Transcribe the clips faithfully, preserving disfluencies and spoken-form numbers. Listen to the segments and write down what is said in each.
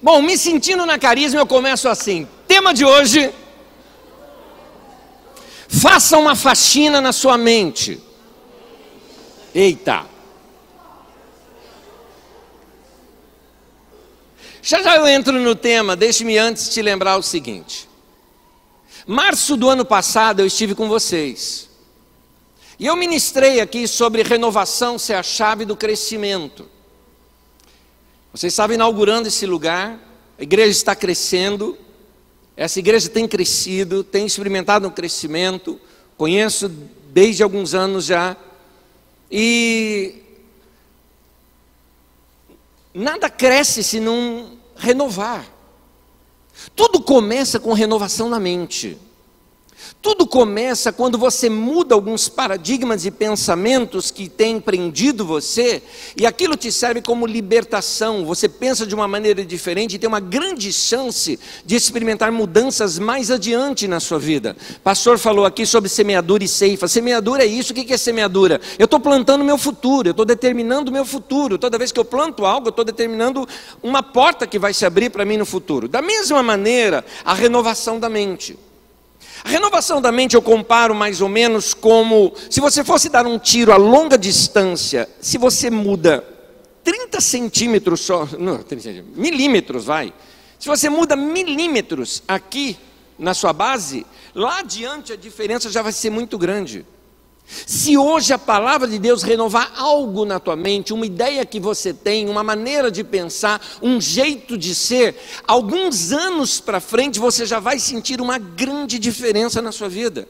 Bom, me sentindo na Carisma, eu começo assim. Tema de hoje: faça uma faxina na sua mente. Eita! Já já eu entro no tema, deixe-me antes te lembrar o seguinte. Março do ano passado eu estive com vocês. E eu ministrei aqui sobre renovação ser a chave do crescimento. Vocês estavam inaugurando esse lugar, a igreja está crescendo, essa igreja tem crescido, tem experimentado um crescimento, conheço desde alguns anos já, e nada cresce se não renovar. Tudo começa com renovação na mente. Tudo começa quando você muda alguns paradigmas e pensamentos que têm prendido você, e aquilo te serve como libertação. Você pensa de uma maneira diferente e tem uma grande chance de experimentar mudanças mais adiante na sua vida. O pastor falou aqui sobre semeadura e ceifa. Semeadura é isso. O que é semeadura? Eu estou plantando meu futuro, eu estou determinando o meu futuro. Toda vez que eu planto algo, eu estou determinando uma porta que vai se abrir para mim no futuro. Da mesma maneira, a renovação da mente. A renovação da mente eu comparo mais ou menos como se você fosse dar um tiro a longa distância. Se você muda trinta centímetros só, não, trinta centímetros, milímetros vai. Se você muda milímetros aqui na sua base, lá adiante a diferença já vai ser muito grande. Se hoje a palavra de Deus renovar algo na tua mente, uma ideia que você tem, uma maneira de pensar, um jeito de ser, alguns anos para frente você já vai sentir uma grande diferença na sua vida.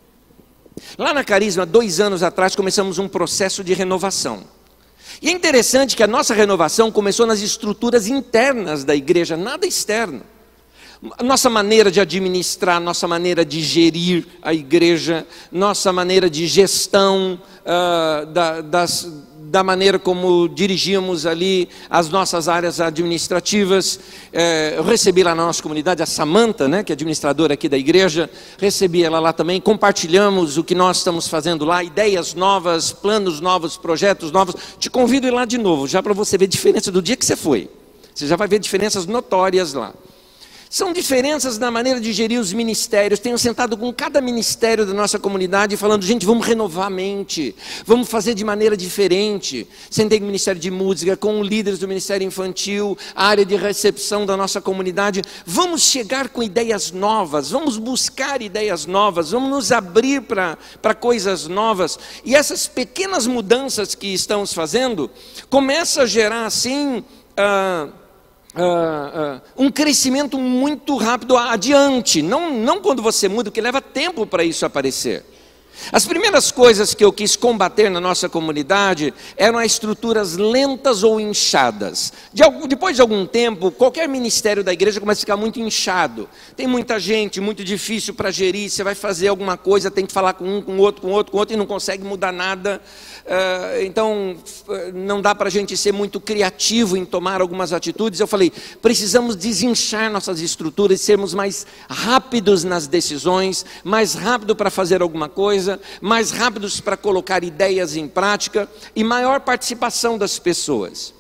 Lá na Carisma, dois anos atrás, começamos um processo de renovação. E é interessante que a nossa renovação começou nas estruturas internas da igreja, nada externo. Nossa maneira de administrar, nossa maneira de gerir a igreja, nossa maneira de gestão, uh, da, das, da maneira como dirigimos ali as nossas áreas administrativas. Uh, eu recebi lá na nossa comunidade a Samanta, né, que é administradora aqui da igreja, recebi ela lá também, compartilhamos o que nós estamos fazendo lá, ideias novas, planos novos, projetos novos. Te convido a ir lá de novo, já para você ver a diferença do dia que você foi. Você já vai ver diferenças notórias lá. São diferenças na maneira de gerir os ministérios. Tenho sentado com cada ministério da nossa comunidade falando: gente, vamos renovar a mente, vamos fazer de maneira diferente. Sentei com o Ministério de Música, com líderes do Ministério Infantil, a área de recepção da nossa comunidade. Vamos chegar com ideias novas, vamos buscar ideias novas, vamos nos abrir para para coisas novas. E essas pequenas mudanças que estamos fazendo, começam a gerar assim... Ah, Uh, uh, um crescimento muito rápido adiante, não, não quando você muda, porque leva tempo para isso aparecer. As primeiras coisas que eu quis combater na nossa comunidade eram as estruturas lentas ou inchadas. De, depois de algum tempo, qualquer ministério da igreja começa a ficar muito inchado. Tem muita gente, muito difícil para gerir. Você vai fazer alguma coisa, tem que falar com um, com outro, com outro, com outro, e não consegue mudar nada. Uh, então, não dá para a gente ser muito criativo em tomar algumas atitudes. Eu falei, precisamos desinchar nossas estruturas, sermos mais rápidos nas decisões, mais rápido para fazer alguma coisa, mais rápidos para colocar ideias em prática e maior participação das pessoas.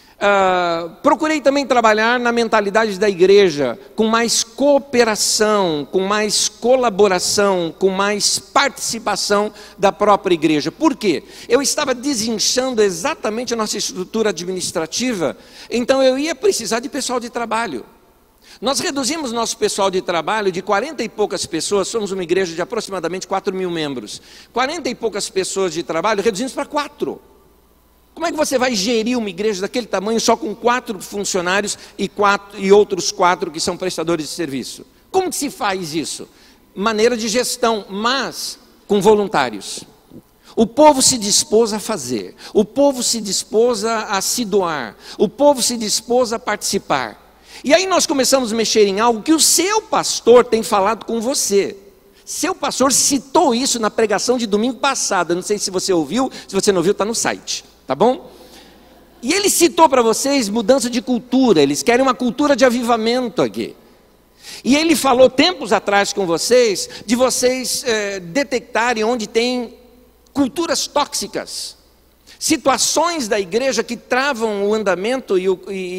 Uh, procurei também trabalhar na mentalidade da igreja, com mais cooperação, com mais colaboração, com mais participação da própria igreja. Por quê? Eu estava desinchando exatamente a nossa estrutura administrativa, então eu ia precisar de pessoal de trabalho. Nós reduzimos nosso pessoal de trabalho de quarenta e poucas pessoas, somos uma igreja de aproximadamente quatro mil membros. quarenta e poucas pessoas de trabalho, reduzimos para quatro. Como é que você vai gerir uma igreja daquele tamanho só com quatro funcionários e, quatro, e outros quatro que são prestadores de serviço? Como que se faz isso? Maneira de gestão, mas com voluntários. O povo se dispôs a fazer, o povo se dispôs a, a se doar, o povo se dispôs a participar. E aí nós começamos a mexer em algo que o seu pastor tem falado com você. Seu pastor citou isso na pregação de domingo passado. Eu não sei se você ouviu, se você não ouviu, está no site, tá bom? E ele citou para vocês mudança de cultura. Eles querem uma cultura de avivamento aqui. E ele falou tempos atrás com vocês, de vocês é, detectarem onde tem culturas tóxicas. situações da igreja que travam o andamento e, o,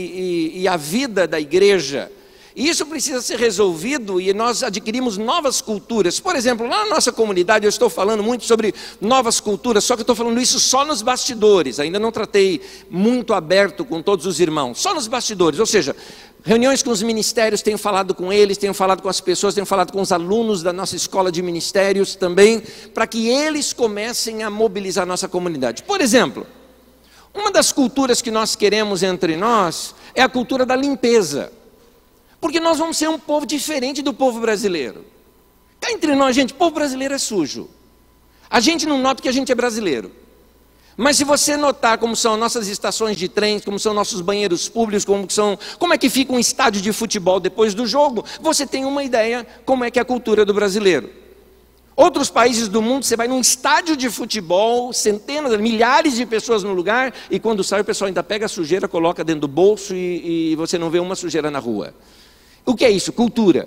e, e, e a vida da igreja. E isso precisa ser resolvido e nós adquirimos novas culturas. Por exemplo, lá na nossa comunidade eu estou falando muito sobre novas culturas, só que eu estou falando isso só nos bastidores. Ainda não tratei muito aberto com todos os irmãos, só nos bastidores. Ou seja, reuniões com os ministérios, tenho falado com eles, tenho falado com as pessoas, tenho falado com os alunos da nossa escola de ministérios também, para que eles comecem a mobilizar a nossa comunidade. Por exemplo, uma das culturas que nós queremos entre nós é a cultura da limpeza. Porque nós vamos ser um povo diferente do povo brasileiro. Cá entre nós, gente, o povo brasileiro é sujo. A gente não nota que a gente é brasileiro. Mas se você notar como são nossas estações de trens, como são nossos banheiros públicos, como, são, como é que fica um estádio de futebol depois do jogo, você tem uma ideia como é que é a cultura do brasileiro. Outros países do mundo, você vai num estádio de futebol, centenas, milhares de pessoas no lugar, e quando sai o pessoal ainda pega a sujeira, coloca dentro do bolso e, e você não vê uma sujeira na rua. O que é isso? Cultura.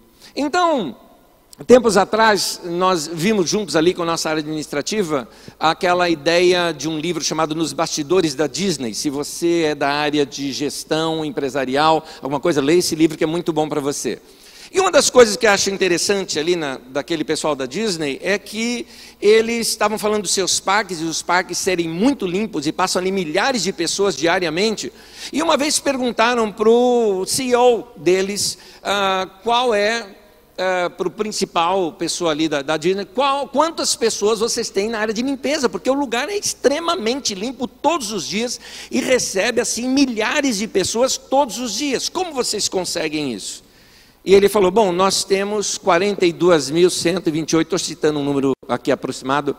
Então, tempos atrás, nós vimos juntos ali com a nossa área administrativa, aquela ideia de um livro chamado Nos Bastidores da Disney. Se você é da área de gestão empresarial, alguma coisa, leia esse livro que é muito bom para você. E uma das coisas que eu acho interessante ali na, daquele pessoal da Disney é que eles estavam falando dos seus parques e os parques serem muito limpos e passam ali milhares de pessoas diariamente. E uma vez perguntaram para o C E O deles uh, qual é, uh, para o principal pessoa ali da, da Disney, qual, quantas pessoas vocês têm na área de limpeza, porque o lugar é extremamente limpo todos os dias e recebe assim milhares de pessoas todos os dias. Como vocês conseguem isso? E ele falou, bom, nós temos quarenta e duas mil cento e vinte e oito, estou citando um número aqui aproximado,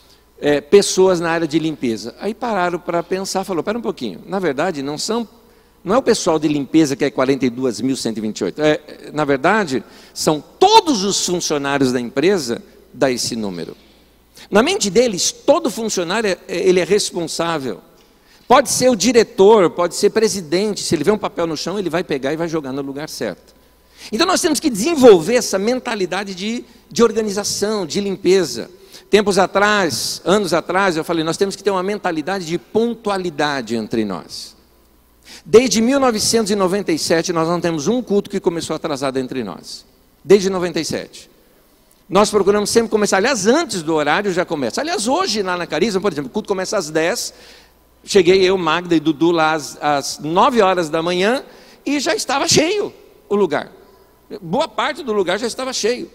é, pessoas na área de limpeza. Aí pararam para pensar, falou, espera um pouquinho, na verdade não são, não é o pessoal de limpeza que é quarenta e duas mil cento e vinte e oito, é, na verdade são todos os funcionários da empresa, dá esse número. Na mente deles, todo funcionário, ele é responsável. Pode ser o diretor, pode ser presidente, se ele vê um papel no chão, ele vai pegar e vai jogar no lugar certo. Então nós temos que desenvolver essa mentalidade de, de organização, de limpeza. Tempos atrás, anos atrás, eu falei, nós temos que ter uma mentalidade de pontualidade entre nós. Desde mil novecentos e noventa e sete, nós não temos um culto que começou atrasado entre nós. Desde noventa e sete. Nós procuramos sempre começar, aliás, antes do horário já começa. Aliás, hoje lá na Carisma, por exemplo, o culto começa às dez, cheguei eu, Magda e Dudu lá às, às nove horas da manhã e já estava cheio o lugar. Boa parte do lugar já estava cheio.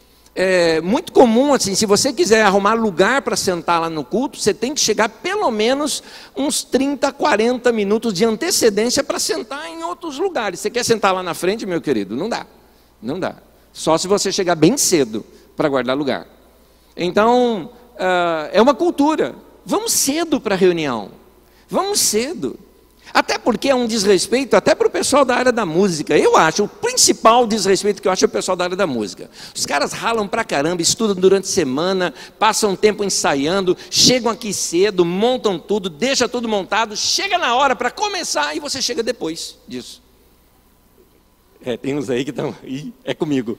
É muito comum, assim, se você quiser arrumar lugar para sentar lá no culto, você tem que chegar pelo menos uns trinta, quarenta minutos de antecedência para sentar em outros lugares. Você quer sentar lá na frente, meu querido? Não dá, não dá. Só se você chegar bem cedo para guardar lugar. Então, uh, é uma cultura. Vamos cedo para a reunião. Vamos cedo. Até porque é um desrespeito até para o pessoal da área da música. Eu acho, o principal desrespeito que eu acho é o pessoal da área da música. Os caras ralam pra caramba, estudam durante a semana, passam tempo ensaiando, chegam aqui cedo, montam tudo, deixam tudo montado, chega na hora para começar e você chega depois disso. É, tem uns aí que estão, ih, é comigo.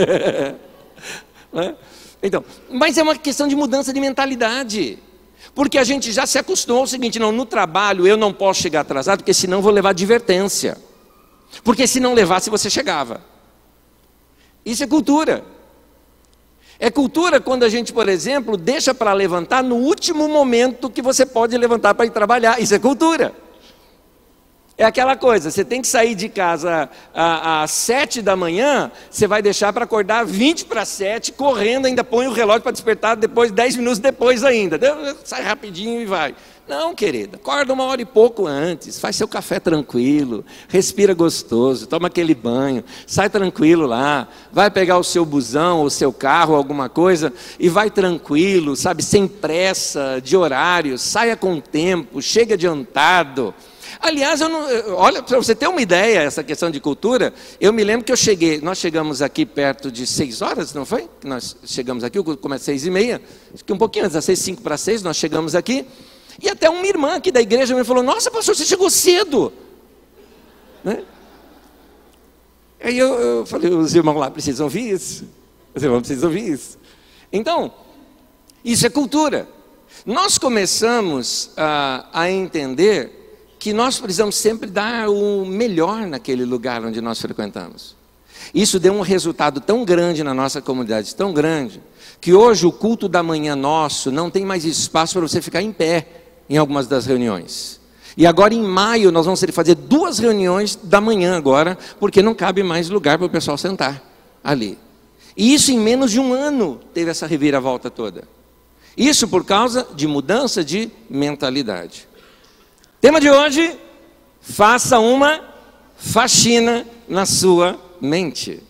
Então, mas é uma questão de mudança de mentalidade. Porque a gente já se acostumou ao seguinte, não, no trabalho eu não posso chegar atrasado, porque senão vou levar advertência. Porque se não levasse, você chegava. Isso é cultura. É cultura quando a gente, por exemplo, deixa para levantar no último momento que você pode levantar para ir trabalhar. Isso é cultura. É aquela coisa, você tem que sair de casa às sete da manhã, você vai deixar para acordar vinte para sete, correndo, ainda põe o relógio para despertar depois, dez minutos depois ainda. Sai rapidinho e vai. Não, querida, acorda uma hora e pouco antes, faz seu café tranquilo, respira gostoso, toma aquele banho, sai tranquilo lá, vai pegar o seu busão, o seu carro, alguma coisa, e vai tranquilo, sabe, sem pressa, de horário, saia com tempo, chega adiantado. Aliás, eu não, olha, para você ter uma ideia, essa questão de cultura, eu me lembro que eu cheguei, nós chegamos aqui perto de seis horas, não foi? Nós chegamos aqui, o culto começa às seis e meia, acho que um pouquinho antes, às seis, cinco para seis, nós chegamos aqui, e até uma irmã aqui da igreja me falou, nossa, pastor, você chegou cedo. Né? Aí eu, eu falei, os irmãos lá precisam ouvir isso, os irmãos precisam ouvir isso. Então, isso é cultura. nós começamos a, a entender que nós precisamos sempre dar o melhor naquele lugar onde nós frequentamos. Isso deu um resultado tão grande na nossa comunidade, tão grande, que hoje o culto da manhã nosso não tem mais espaço para você ficar em pé em algumas das reuniões. E agora em maio nós vamos ter que fazer duas reuniões da manhã agora, porque não cabe mais lugar para o pessoal sentar ali. E isso em menos de um ano teve essa reviravolta toda. Isso por causa de mudança de mentalidade. Tema de hoje: faça uma faxina na sua mente.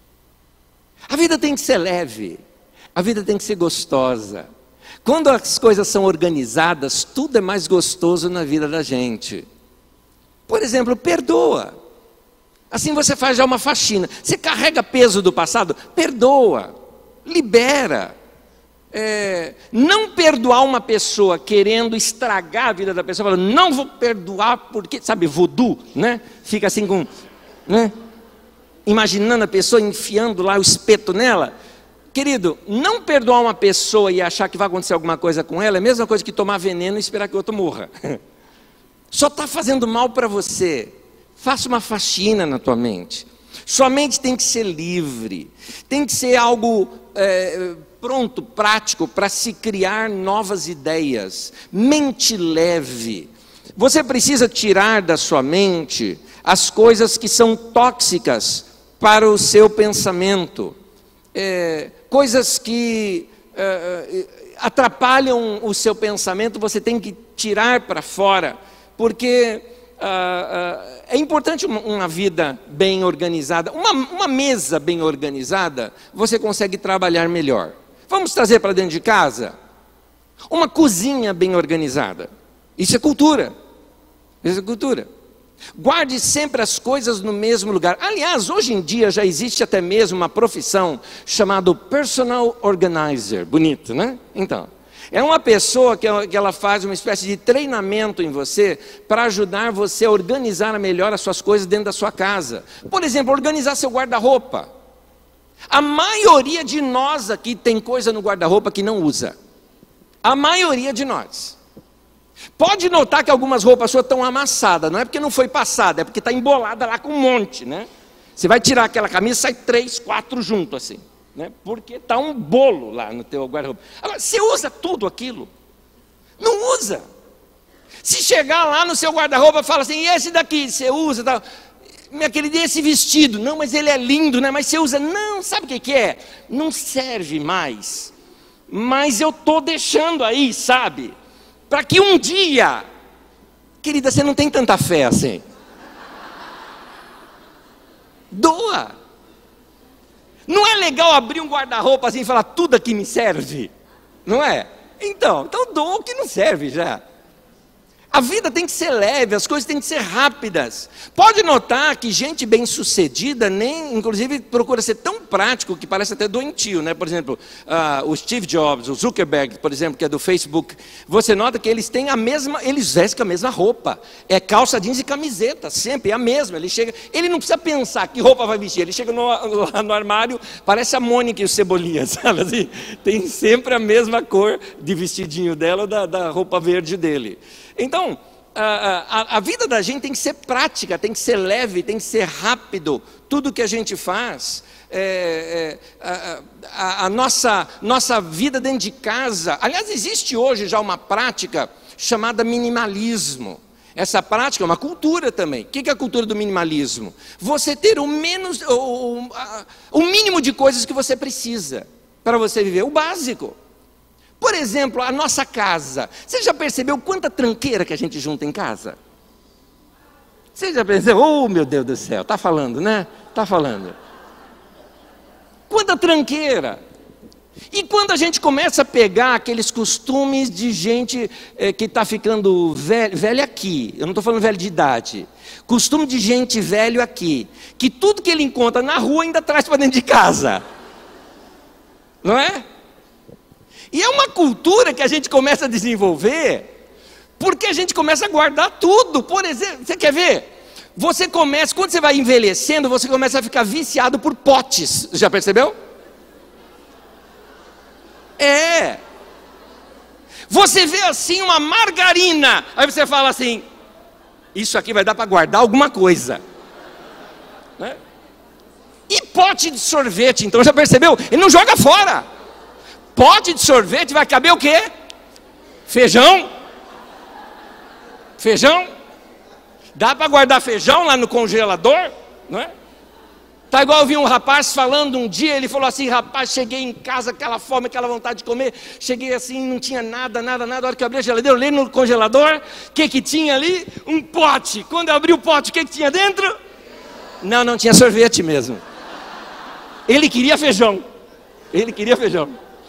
A vida tem que ser leve, a vida tem que ser gostosa. Quando as coisas são organizadas, tudo é mais gostoso na vida da gente. Por exemplo, perdoa. Assim você faz já uma faxina. Você carrega peso do passado, perdoa, libera. É, não perdoar uma pessoa querendo estragar a vida da pessoa, falando, não vou perdoar porque, sabe, voodoo, né? Fica assim com, né? Imaginando a pessoa enfiando lá o espeto nela. Querido, não perdoar uma pessoa e achar que vai acontecer alguma coisa com ela é a mesma coisa que tomar veneno e esperar que o outro morra. Só está fazendo mal para você. Faça uma faxina na tua mente. Sua mente tem que ser livre, tem que ser algo é, pronto, prático, para se criar novas ideias. Mente leve. Você precisa tirar da sua mente as coisas que são tóxicas para o seu pensamento. É, coisas que é, atrapalham o seu pensamento, você tem que tirar para fora, porque ah, ah, é importante uma, uma vida bem organizada, uma, uma mesa bem organizada, você consegue trabalhar melhor. Vamos trazer para dentro de casa uma cozinha bem organizada. Isso é cultura. Isso é cultura. Guarde sempre as coisas no mesmo lugar. Aliás, hoje em dia já existe até mesmo uma profissão chamada personal organizer. Bonito, né? Então, é uma pessoa que ela faz uma espécie de treinamento em você para ajudar você a organizar melhor as suas coisas dentro da sua casa. Por exemplo, organizar seu guarda-roupa. A maioria de nós aqui tem coisa no guarda-roupa que não usa. A maioria de nós. Pode notar que algumas roupas suas estão amassadas, não é porque não foi passada, é porque está embolada lá com um monte, né? Você vai tirar aquela camisa, sai três, quatro junto assim, né? Porque está um bolo lá no teu guarda-roupa. Agora, você usa tudo aquilo? Não usa. Se chegar lá no seu guarda-roupa e fala assim, e esse daqui, você usa, tal. Minha querida, esse vestido, não, mas ele é lindo, né? Mas você usa, não, sabe o que que é? Não serve mais, mas eu estou deixando aí, sabe? Para que um dia, querida, você não tem tanta fé assim. Doa. Não é legal abrir um guarda-roupa assim e falar, tudo aqui me serve? Não é? Então, então doa o que não serve já. A vida tem que ser leve, as coisas têm que ser rápidas. Pode notar que gente bem-sucedida, nem, inclusive, procura ser tão prático que parece até doentio, né? Por exemplo, uh, o Steve Jobs, o Zuckerberg, por exemplo, que é do Facebook. Você nota que eles têm a mesma, eles vestem a mesma roupa. É calça jeans e camiseta, sempre é a mesma. Ele chega, ele não precisa pensar que roupa vai vestir. Ele chega no, no, no armário, parece a Mônica e o Cebolinha, sabe assim? Tem sempre a mesma cor de vestidinho dela ou da, da roupa verde dele. Então, a, a, a vida da gente tem que ser prática, tem que ser leve, tem que ser rápido. Tudo que a gente faz, é, é, a, a, a nossa, nossa vida dentro de casa. Aliás, existe hoje já uma prática chamada minimalismo. Essa prática é uma cultura também. O que é a cultura do minimalismo? Você ter o, menos, o, o, a, o mínimo de coisas que você precisa para você viver, o básico. Por exemplo, a nossa casa. Você já percebeu quanta tranqueira que a gente junta em casa? Você já percebeu? Oh, meu Deus do céu, está falando, né? Está falando. Quanta tranqueira. E quando a gente começa a pegar aqueles costumes de gente é, que está ficando velho, velho aqui, eu não estou falando velho de idade, costume de gente velho aqui, que tudo que ele encontra na rua ainda traz para dentro de casa. Não é? E é uma cultura que a gente começa a desenvolver, porque a gente começa a guardar tudo. Por exemplo, você quer ver? Você começa, quando você vai envelhecendo, você começa a ficar viciado por potes. Já percebeu? É. Você vê assim uma margarina, aí você fala assim, isso aqui vai dar para guardar alguma coisa, né? E pote de sorvete, então já percebeu? Ele não joga fora. Pote de sorvete vai caber o quê? Feijão. Feijão. Dá para guardar feijão lá no congelador, não é? Tá igual eu vi um rapaz falando um dia, ele falou assim, rapaz, cheguei em casa, aquela fome, aquela vontade de comer, cheguei assim, não tinha nada, nada, nada, a hora que eu abri a geladeira, eu olhei no congelador, o que que tinha ali? Um pote. Quando eu abri o pote, o que que tinha dentro? Não, não tinha sorvete mesmo. Ele queria feijão. Ele queria feijão.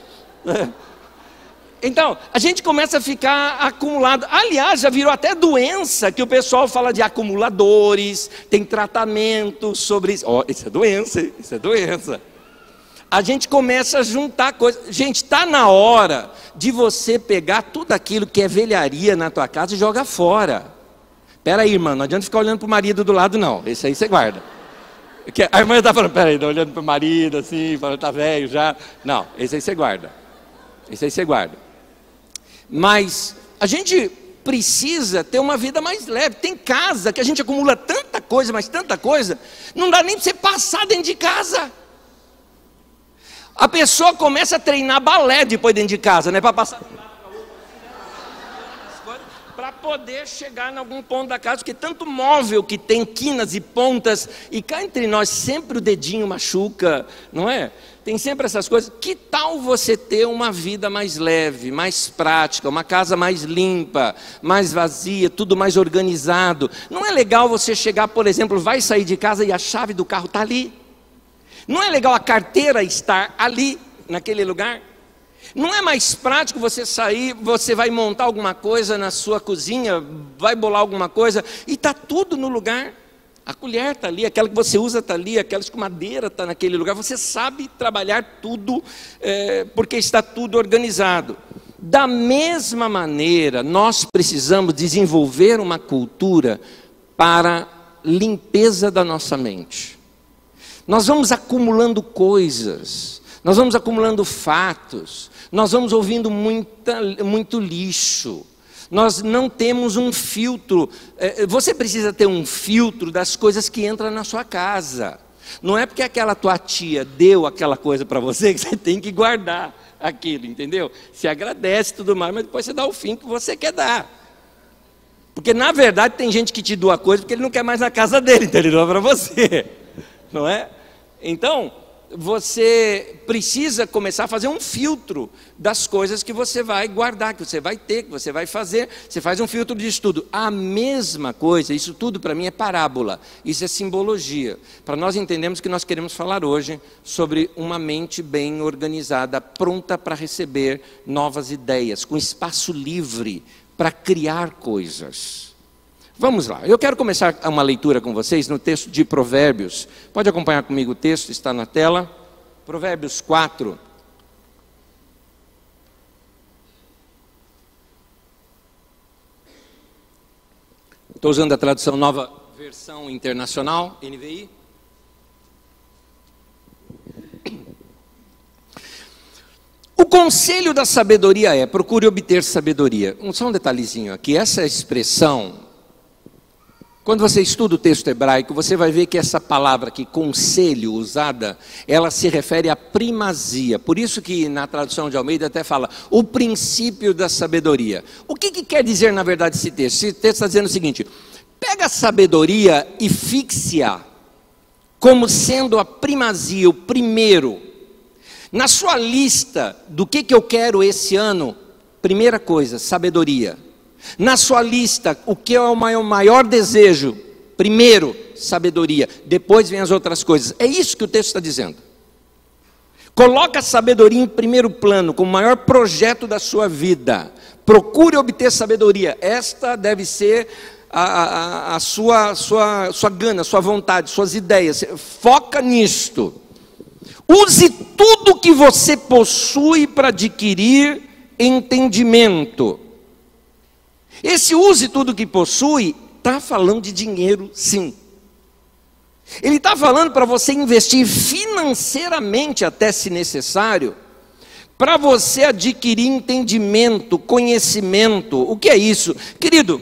Então, a gente começa a ficar acumulado. Aliás, já virou até doença, que o pessoal fala de acumuladores, tem tratamento sobre isso. Oh, isso é doença, isso é doença. A gente começa a juntar coisas. Gente, está na hora de você pegar tudo aquilo que é velharia na tua casa e jogar fora. Espera aí, irmã, não adianta ficar olhando para o marido do lado, não. Esse aí você guarda. A irmã está falando, peraí, tá olhando para o marido assim, falando, tá velho já. Não, esse aí você guarda. Esse aí você guarda. Mas a gente precisa ter uma vida mais leve. Tem casa que a gente acumula tanta coisa, mas tanta coisa, não dá nem para você passar dentro de casa. A pessoa começa a treinar balé depois dentro de casa, né? Para passar de um lado para o outro, para poder chegar em algum ponto da casa, porque tanto móvel que tem quinas e pontas, e cá entre nós sempre o dedinho machuca, não é? Tem sempre essas coisas. Que tal você ter uma vida mais leve, mais prática, uma casa mais limpa, mais vazia, tudo mais organizado? Não é legal você chegar, por exemplo, vai sair de casa e a chave do carro está ali? Não é legal a carteira estar ali, naquele lugar? Não é mais prático você sair, você vai montar alguma coisa na sua cozinha, vai bolar alguma coisa, e está tudo no lugar? A colher está ali, aquela que você usa está ali, aquela com madeira está naquele lugar. Você sabe trabalhar tudo, é, porque está tudo organizado. Da mesma maneira, nós precisamos desenvolver uma cultura para limpeza da nossa mente. Nós vamos acumulando coisas, nós vamos acumulando fatos, nós vamos ouvindo muita, muito lixo. Nós não temos um filtro. Você precisa ter um filtro das coisas que entram na sua casa. Não é porque aquela tua tia deu aquela coisa para você que você tem que guardar aquilo, entendeu? Você agradece e tudo mais, mas depois você dá o fim que você quer dar. Porque na verdade tem gente que te doa coisa porque ele não quer mais na casa dele, então ele doa para você, não é? Então, você precisa começar a fazer um filtro das coisas que você vai guardar, que você vai ter, que você vai fazer. Você faz um filtro disso tudo. A mesma coisa, isso tudo para mim é parábola, isso é simbologia. Para nós entendermos que nós queremos falar hoje sobre uma mente bem organizada, pronta para receber novas ideias, com espaço livre para criar coisas. Vamos lá, eu quero começar uma leitura com vocês no texto de Provérbios. Pode acompanhar comigo o texto, está na tela. Provérbios quatro. Estou usando a tradução Nova Versão Internacional, N V I. O conselho da sabedoria é, procure obter sabedoria. Só um detalhezinho aqui, essa expressão... Quando você estuda o texto hebraico, você vai ver que essa palavra aqui, conselho, usada, ela se refere à primazia. Por isso que na tradução de Almeida até fala, o princípio da sabedoria. O que, que quer dizer na verdade esse texto? Esse texto está dizendo o seguinte, pega a sabedoria e fixe-a como sendo a primazia, o primeiro. Na sua lista do que, que eu quero esse ano, primeira coisa, sabedoria. Na sua lista, o que é o maior, maior desejo? Primeiro, sabedoria. Depois vem as outras coisas. É isso que o texto está dizendo. Coloca a sabedoria em primeiro plano, como o maior projeto da sua vida. Procure obter sabedoria. Esta deve ser a, a, a sua, sua, sua gana, sua vontade, suas ideias. Foca nisto. Use tudo que você possui para adquirir entendimento. Esse use tudo que possui, está falando de dinheiro, sim. Ele está falando para você investir financeiramente, até se necessário, para você adquirir entendimento, conhecimento. O que é isso? Querido,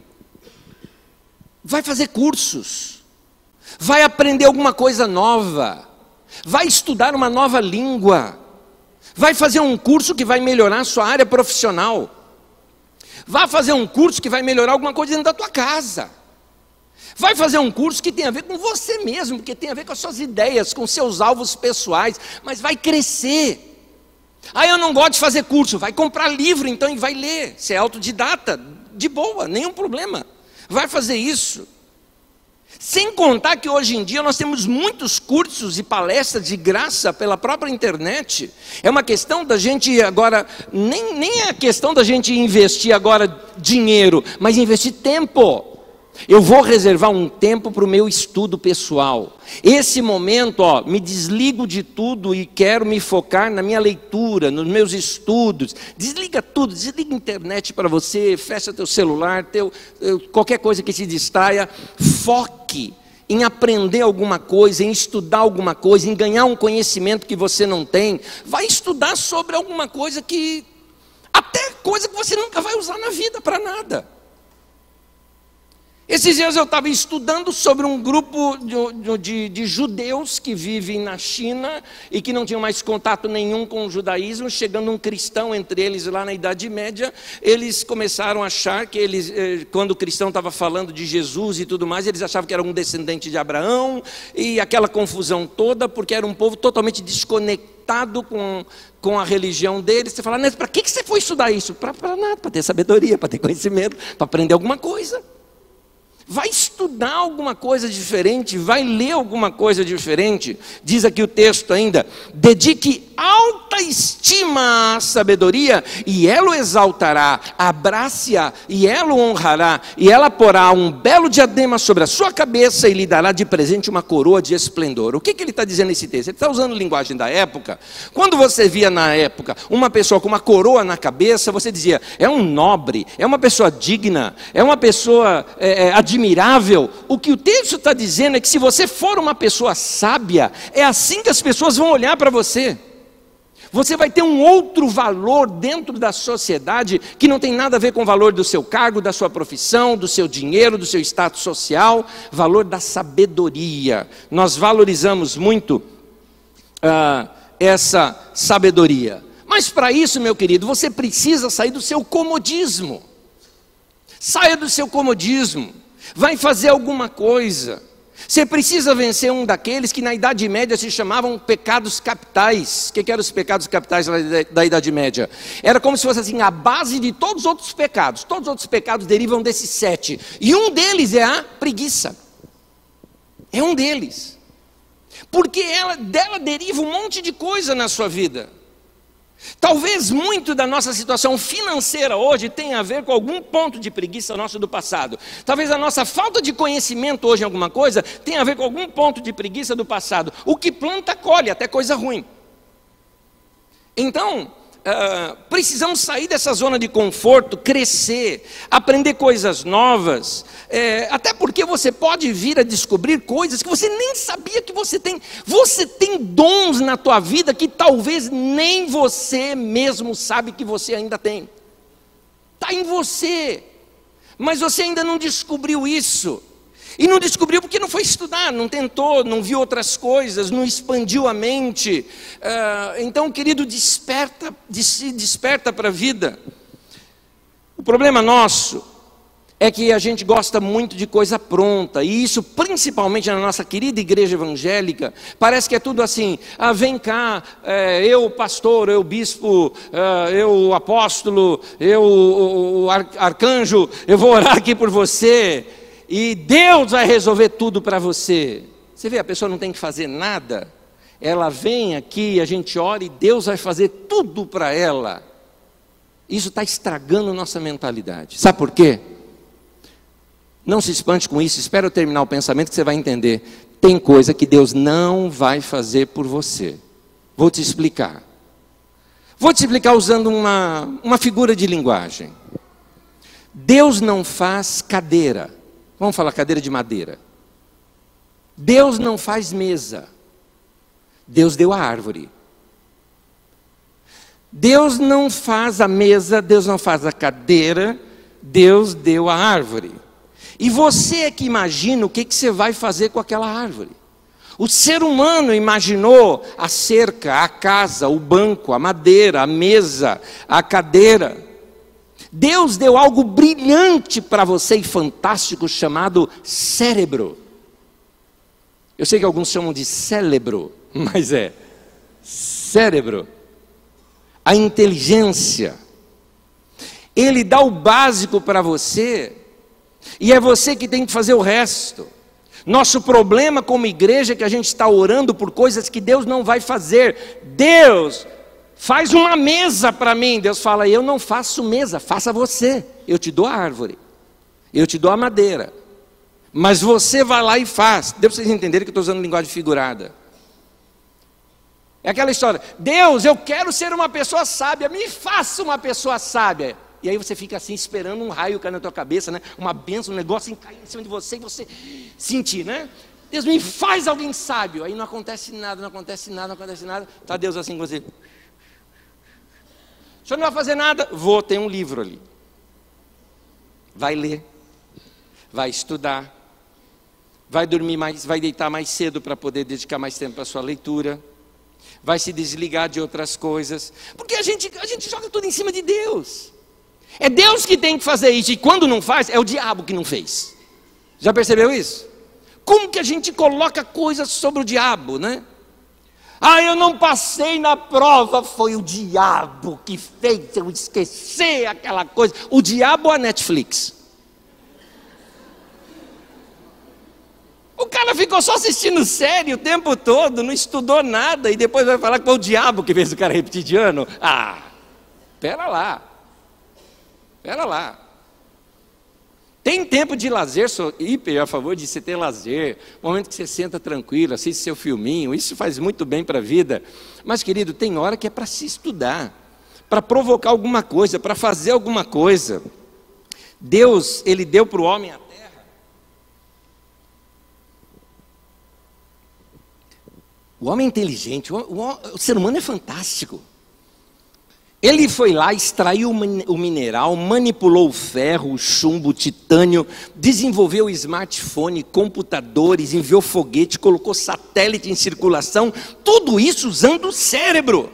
vai fazer cursos, vai aprender alguma coisa nova, vai estudar uma nova língua, vai fazer um curso que vai melhorar a sua área profissional, vai fazer um curso que vai melhorar alguma coisa dentro da tua casa, vai fazer um curso que tem a ver com você mesmo, que tem a ver com as suas ideias, com seus alvos pessoais, mas vai crescer. Ah, eu não gosto de fazer curso, vai comprar livro então e vai ler, se é autodidata, de boa, nenhum problema, vai fazer isso. Sem contar que hoje em dia nós temos muitos cursos e palestras de graça pela própria internet. É uma questão da gente agora, nem, nem é a questão da gente investir agora dinheiro, mas investir tempo. Eu vou reservar um tempo para o meu estudo pessoal. Esse momento, ó, me desligo de tudo e quero me focar na minha leitura, nos meus estudos. Desliga tudo, desliga a internet para você, fecha teu celular, teu, qualquer coisa que te distraia. Foque em aprender alguma coisa, em estudar alguma coisa, em ganhar um conhecimento que você não tem. Vai estudar sobre alguma coisa que, até coisa que você nunca vai usar na vida para nada. Esses dias eu estava estudando sobre um grupo de, de, de judeus que vivem na China e que não tinham mais contato nenhum com o judaísmo. Chegando um cristão entre eles lá na Idade Média, eles começaram a achar que eles, quando o cristão estava falando de Jesus e tudo mais, eles achavam que era um descendente de Abraão, e aquela confusão toda, porque era um povo totalmente desconectado com, com a religião deles. Você fala, mas para que você foi estudar isso? Para nada, para ter sabedoria, para ter conhecimento, para aprender alguma coisa. Vai estudar alguma coisa diferente, vai ler alguma coisa diferente. Diz aqui o texto ainda: dedique alta estima à sabedoria, e ela o exaltará, abrace-a, e ela o honrará, e ela porá um belo diadema sobre a sua cabeça, e lhe dará de presente uma coroa de esplendor. O que, que ele está dizendo nesse texto? Ele está usando a linguagem da época. Quando você via na época uma pessoa com uma coroa na cabeça, você dizia, é um nobre, é uma pessoa digna, é uma pessoa é, é, admirável. O que o texto está dizendo é que se você for uma pessoa sábia, é assim que as pessoas vão olhar para você. Você vai ter um outro valor dentro da sociedade que não tem nada a ver com o valor do seu cargo, da sua profissão, do seu dinheiro, do seu status social, valor da sabedoria. Nós valorizamos muito uh, essa sabedoria. Mas para isso, meu querido, você precisa sair do seu comodismo. Saia do seu comodismo. Vai fazer alguma coisa. Você precisa vencer um daqueles que na Idade Média se chamavam pecados capitais. O que, que eram os pecados capitais da Idade Média? Era como se fosse assim, a base de todos os outros pecados. Todos os outros pecados derivam desses sete. E um deles é a preguiça. É um deles. Porque ela, dela deriva um monte de coisa na sua vida. Talvez muito da nossa situação financeira hoje tenha a ver com algum ponto de preguiça nosso do passado. Talvez a nossa falta de conhecimento hoje em alguma coisa tenha a ver com algum ponto de preguiça do passado. O que planta, colhe, até coisa ruim. Então, uh, precisamos sair dessa zona de conforto, crescer, aprender coisas novas, é, até porque você pode vir a descobrir coisas que você nem sabia que você tem. Você tem dons na tua vida que talvez nem você mesmo sabe que você ainda tem. Está em você, mas você ainda não descobriu isso. E não descobriu porque não foi estudar, não tentou, não viu outras coisas, não expandiu a mente. Uh, então, querido, desperta, desperta para a vida. O problema nosso é que a gente gosta muito de coisa pronta, e isso principalmente na nossa querida igreja evangélica, parece que é tudo assim, ah, vem cá, é, eu pastor, eu bispo, é, eu apóstolo, eu o, o arcanjo, eu vou orar aqui por você, e Deus vai resolver tudo para você. Você vê, a pessoa não tem que fazer nada, ela vem aqui, a gente ora e Deus vai fazer tudo para ela. Isso está estragando nossa mentalidade. Sabe por quê? Não se espante com isso, espera eu terminar o pensamento que você vai entender. Tem coisa que Deus não vai fazer por você. Vou te explicar. Vou te explicar usando uma, uma figura de linguagem. Deus não faz cadeira. Vamos falar cadeira de madeira. Deus não faz mesa. Deus deu a árvore. Deus não faz a mesa, Deus não faz a cadeira, Deus deu a árvore. E você é que imagina o que, que você vai fazer com aquela árvore. O ser humano imaginou a cerca, a casa, o banco, a madeira, a mesa, a cadeira. Deus deu algo brilhante para você e fantástico chamado cérebro. Eu sei que alguns chamam de cérebro, mas é cérebro. A inteligência. Ele dá o básico para você e é você que tem que fazer o resto. Nosso problema como igreja é que a gente está orando por coisas que Deus não vai fazer. Deus, faz uma mesa para mim. Deus fala, eu não faço mesa, faça você. Eu te dou a árvore, eu te dou a madeira, mas você vai lá e faz. Deu para vocês entenderem que eu estou usando linguagem figurada. É aquela história, Deus, eu quero ser uma pessoa sábia, me faça uma pessoa sábia. E aí você fica assim, esperando um raio cair na tua cabeça, né? Uma bênção, um negócio cair em cima de você e você sentir, né? Deus, me faz alguém sábio. Aí não acontece nada, não acontece nada, não acontece nada. Está Deus assim com você. O senhor não vai fazer nada? Vou, tem um livro ali. Vai ler, vai estudar, vai dormir mais, vai deitar mais cedo para poder dedicar mais tempo para a sua leitura, vai se desligar de outras coisas, porque a gente, a gente joga tudo em cima de Deus. É Deus que tem que fazer isso, e quando não faz, é o diabo que não fez. Já percebeu isso? Como que a gente coloca coisas sobre o diabo, né? Ah, eu não passei na prova, foi o diabo que fez eu esquecer aquela coisa. O diabo ou a Netflix? O cara ficou só assistindo série o tempo todo, não estudou nada, e depois vai falar que foi o diabo que fez o cara repetir de ano. Ah, pera lá. Pera lá. Tem tempo de lazer, sou hiper a favor de você ter lazer, momento que você senta tranquilo, assiste seu filminho, isso faz muito bem para a vida. Mas, querido, tem hora que é para se estudar, para provocar alguma coisa, para fazer alguma coisa. Deus, Ele deu para o homem a terra. O homem é inteligente, o, o, o ser humano é fantástico. Ele foi lá, extraiu o mineral, manipulou o ferro, o chumbo, o titânio, desenvolveu smartphone, computadores, enviou foguete, colocou satélite em circulação, tudo isso usando o cérebro.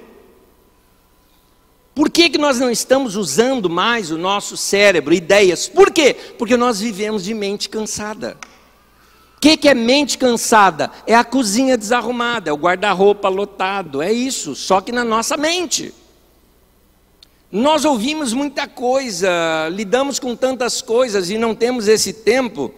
Por que que nós não estamos usando mais o nosso cérebro, ideias? Por quê? Porque nós vivemos de mente cansada. O que que é mente cansada? É a cozinha desarrumada, é o guarda-roupa lotado, é isso, só que na nossa mente. Nós ouvimos muita coisa, lidamos com tantas coisas e não temos esse tempo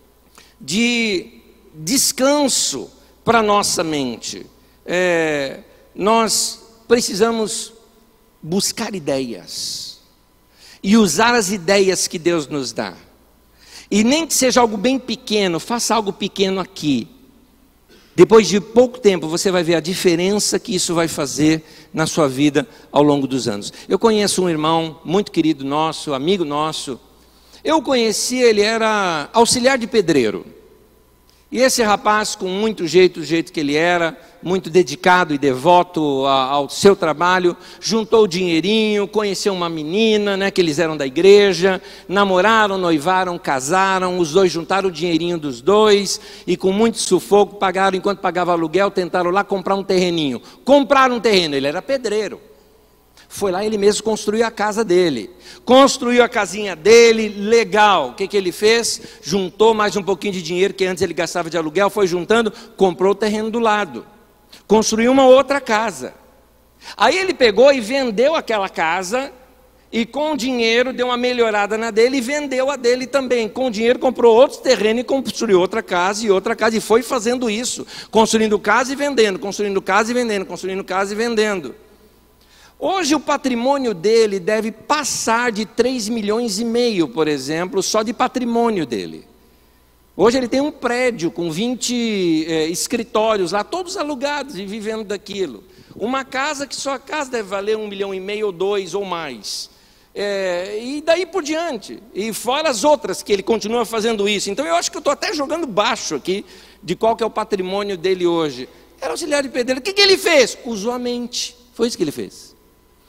de descanso para a nossa mente. É, nós precisamos buscar ideias e usar as ideias que Deus nos dá. E nem que seja algo bem pequeno, faça algo pequeno aqui. Depois de pouco tempo você vai ver a diferença que isso vai fazer na sua vida ao longo dos anos. Eu conheço um irmão muito querido nosso, amigo nosso. Eu o conheci, ele era auxiliar de pedreiro. E esse rapaz, com muito jeito, do jeito que ele era, muito dedicado e devoto ao seu trabalho, juntou o dinheirinho, conheceu uma menina, né, que eles eram da igreja, namoraram, noivaram, casaram, os dois juntaram o dinheirinho dos dois, e com muito sufoco pagaram, enquanto pagava aluguel, tentaram lá comprar um terreninho. Compraram um terreno, ele era pedreiro. Foi lá, ele mesmo construiu a casa dele, construiu a casinha dele, legal. O que que ele fez? Juntou mais um pouquinho de dinheiro que antes ele gastava de aluguel, foi juntando, comprou o terreno do lado, construiu uma outra casa. Aí ele pegou e vendeu aquela casa, e com o dinheiro deu uma melhorada na dele e vendeu a dele também. Com o dinheiro comprou outro terreno e construiu outra casa e outra casa, e foi fazendo isso, construindo casa e vendendo, construindo casa e vendendo, construindo casa e vendendo. Hoje o patrimônio dele deve passar de três milhões e meio, por exemplo, só de patrimônio dele. Hoje ele tem um prédio com vinte é, escritórios lá, todos alugados e vivendo daquilo. Uma casa que só a casa deve valer um milhão e meio ou dois ou mais. É, e daí por diante. E fora as outras que ele continua fazendo isso. Então eu acho que eu estou até jogando baixo aqui de qual que é o patrimônio dele hoje. Era auxiliar de pedreiro. O que que ele fez? Usou a mente. Foi isso que ele fez.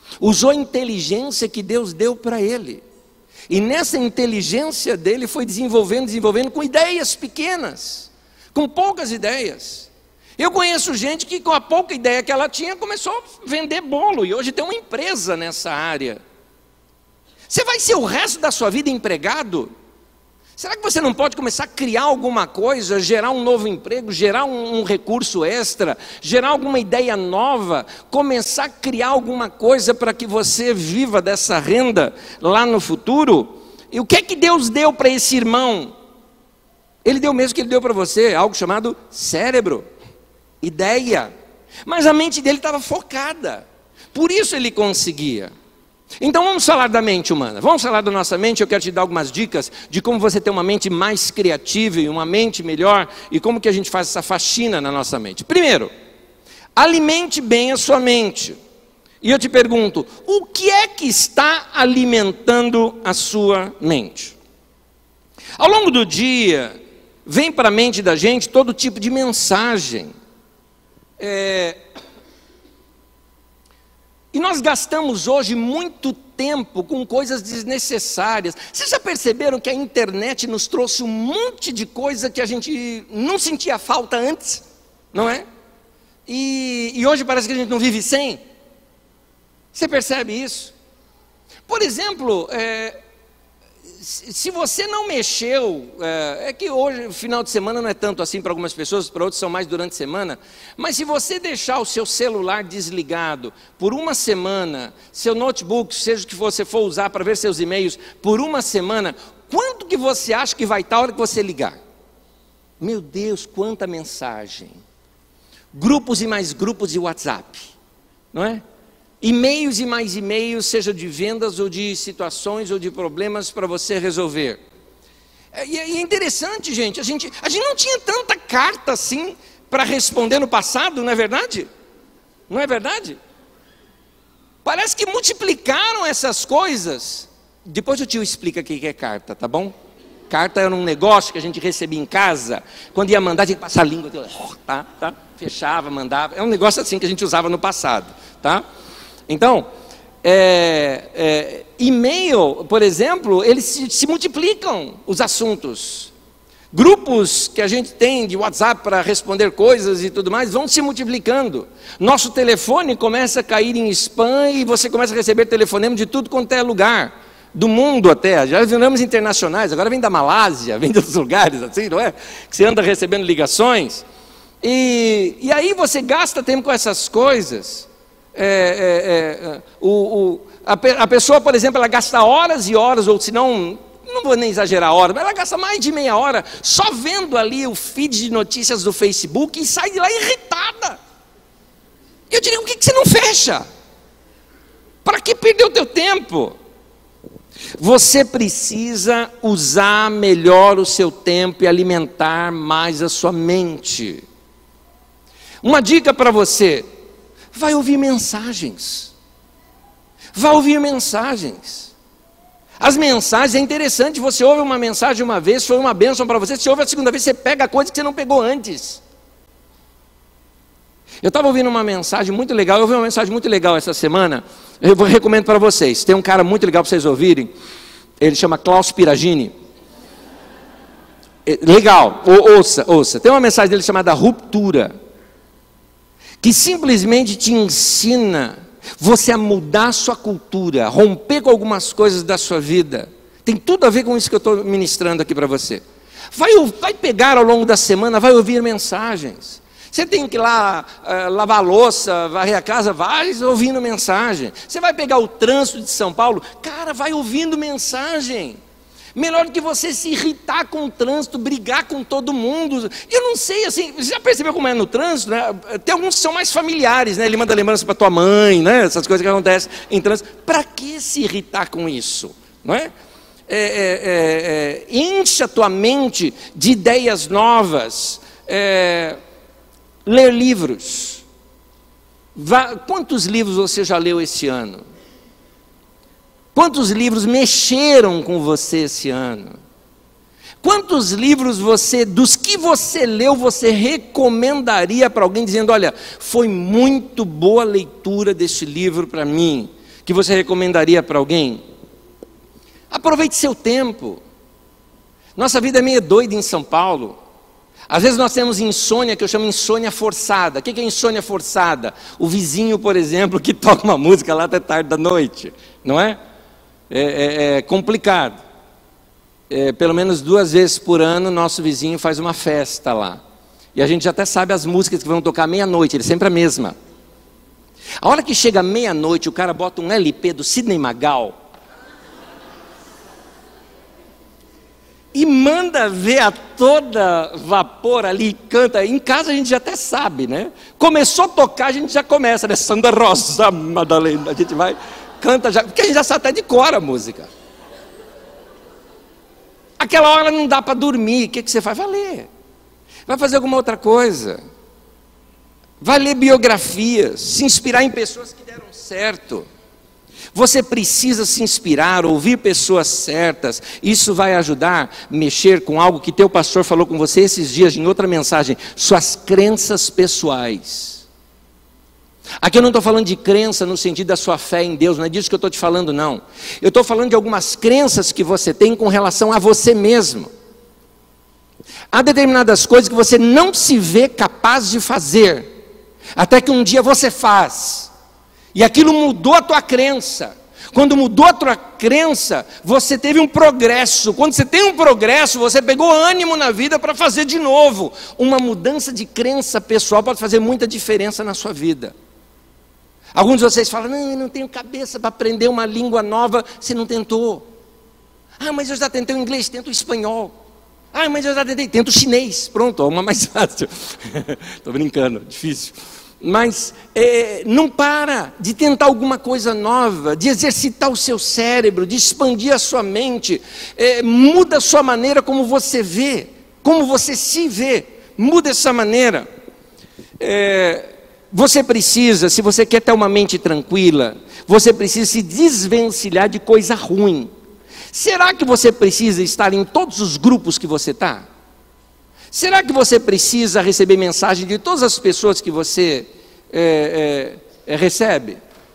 usou a inteligência que Deus deu para ele. E nessa inteligência dele foi desenvolvendo, desenvolvendo com ideias pequenas, com poucas ideias. Eu conheço gente que com a pouca ideia que ela tinha começou a vender bolo e hoje tem uma empresa nessa área. Você vai ser o resto da sua vida empregado? Será que você não pode começar a criar alguma coisa, gerar um novo emprego, gerar um, um recurso extra, gerar alguma ideia nova, começar a criar alguma coisa para que você viva dessa renda lá no futuro? E o que é que Deus deu para esse irmão? Ele deu o mesmo que ele deu para você, algo chamado cérebro, ideia. Mas a mente dele estava focada, por isso ele conseguia. Então vamos falar da mente humana, vamos falar da nossa mente. Eu quero te dar algumas dicas de como você ter uma mente mais criativa e uma mente melhor, e como que a gente faz essa faxina na nossa mente. Primeiro, alimente bem a sua mente. E eu te pergunto, o que é que está alimentando a sua mente? Ao longo do dia, vem para a mente da gente todo tipo de mensagem. É... E nós gastamos hoje muito tempo com coisas desnecessárias. Vocês já perceberam que a internet nos trouxe um monte de coisa que a gente não sentia falta antes? Não é? E, e hoje parece que a gente não vive sem. Você percebe isso? Por exemplo, é, se você não mexeu, é, é que hoje, final de semana não é tanto assim para algumas pessoas, para outros são mais durante a semana, mas se você deixar o seu celular desligado por uma semana, seu notebook, seja o que você for usar para ver seus e-mails, por uma semana, quanto que você acha que vai estar a hora que você ligar? Meu Deus, quanta mensagem! Grupos e mais grupos de WhatsApp, não é? E-mails e mais e-mails, seja de vendas ou de situações ou de problemas para você resolver. E é interessante, gente, a gente, a gente não tinha tanta carta assim para responder no passado, não é verdade? Não é verdade? Parece que multiplicaram essas coisas. Depois o tio explica o que é carta, tá bom? Carta era um negócio que a gente recebia em casa, quando ia mandar, tinha que passar a língua, tá, tá, fechava, mandava. É um negócio assim que a gente usava no passado, tá? Então, é, é, e-mail, por exemplo, eles se, se multiplicam os assuntos. Grupos que a gente tem de WhatsApp para responder coisas e tudo mais, vão se multiplicando. Nosso telefone começa a cair em spam e você começa a receber telefonema de tudo quanto é lugar. Do mundo até, já viramos internacionais, agora vem da Malásia, vem dos lugares assim, não é? Que você anda recebendo ligações. E, e aí você gasta tempo com essas coisas. É, é, é, o, o, a, a pessoa, por exemplo, ela gasta horas e horas, ou se não, não vou nem exagerar horas, mas ela gasta mais de meia hora só vendo ali o feed de notícias do Facebook e sai de lá irritada. Eu diria, por que, que você não fecha? Para que perder o teu tempo? Você precisa usar melhor o seu tempo e alimentar mais a sua mente. Uma dica para você: vai ouvir mensagens. Vai ouvir mensagens. As mensagens, é interessante, você ouve uma mensagem uma vez, foi uma bênção para você, você ouve a segunda vez, você pega a coisa que você não pegou antes. Eu estava ouvindo uma mensagem muito legal, eu ouvi uma mensagem muito legal essa semana, eu recomendo para vocês, tem um cara muito legal para vocês ouvirem, ele chama Klaus Piragini. Legal, ouça, ouça, tem uma mensagem dele chamada Ruptura, que simplesmente te ensina você a mudar a sua cultura, romper com algumas coisas da sua vida. Tem tudo a ver com isso que eu estou ministrando aqui para você. Vai, vai pegar ao longo da semana, vai ouvir mensagens. Você tem que ir lá uh, lavar a louça, varrer a casa, vai ouvindo mensagem. Você vai pegar o trânsito de São Paulo, cara, vai ouvindo mensagem. Melhor do que você se irritar com o trânsito, brigar com todo mundo. Eu não sei, assim, você já percebeu como é no trânsito, né? Tem alguns que são mais familiares, né? Ele manda lembrança para tua mãe, né? Essas coisas que acontecem em trânsito. Para que se irritar com isso? Não é? É, é, é, é, enche a tua mente de ideias novas. É, ler livros. Vá, quantos livros você já leu esse ano? Quantos livros mexeram com você esse ano? Quantos livros você, dos que você leu, você recomendaria para alguém dizendo, olha, foi muito boa a leitura desse livro para mim? que você recomendaria para alguém? Aproveite seu tempo. Nossa vida é meio doida em São Paulo. Às vezes nós temos insônia, que eu chamo insônia forçada. O que é insônia forçada? O vizinho, por exemplo, que toca uma música lá até tarde da noite, não é? É, é, é complicado. É, pelo menos duas vezes por ano, nosso vizinho faz uma festa lá. E a gente já até sabe as músicas que vão tocar meia-noite, ele é sempre a mesma. A hora que chega meia-noite, o cara bota um L P do Sidney Magal e manda ver a toda vapor ali, canta. Em casa a gente já até sabe, né? Começou a tocar, a gente já começa, né? Santa Rosa, Madalena, a gente vai, canta já, porque a gente já sabe até de cor a música. Aquela hora não dá para dormir, o que, que você faz? Vai ler, vai fazer alguma outra coisa, vai ler biografias, se inspirar em pessoas que deram certo. Você precisa se inspirar, ouvir pessoas certas. Isso vai ajudar a mexer com algo que teu pastor falou com você esses dias em outra mensagem, suas crenças pessoais. Aqui eu não estou falando de crença no sentido da sua fé em Deus, não é disso que eu estou te falando, não. Eu estou falando de algumas crenças que você tem com relação a você mesmo. Há determinadas coisas que você não se vê capaz de fazer, até que um dia você faz, e aquilo mudou a tua crença. Quando mudou a tua crença, você teve um progresso. Quando você tem um progresso, você pegou ânimo na vida para fazer de novo. Uma mudança de crença pessoal pode fazer muita diferença na sua vida. Alguns de vocês falam, não, eu não tenho cabeça para aprender uma língua nova. Você não tentou. Ah, mas eu já tentei o inglês, tento o espanhol. Ah, mas eu já tentei, tento o chinês. Pronto, uma mais fácil. Estou brincando, difícil. Mas é, não para de tentar alguma coisa nova, de exercitar o seu cérebro, de expandir a sua mente. É, muda a sua maneira como você vê, como você se vê. Muda essa maneira. É, você precisa, se você quer ter uma mente tranquila, você precisa se desvencilhar de coisa ruim. Será que você precisa estar em todos os grupos que você está? Será que você precisa receber mensagem de todas as pessoas que você é, é, é, recebe?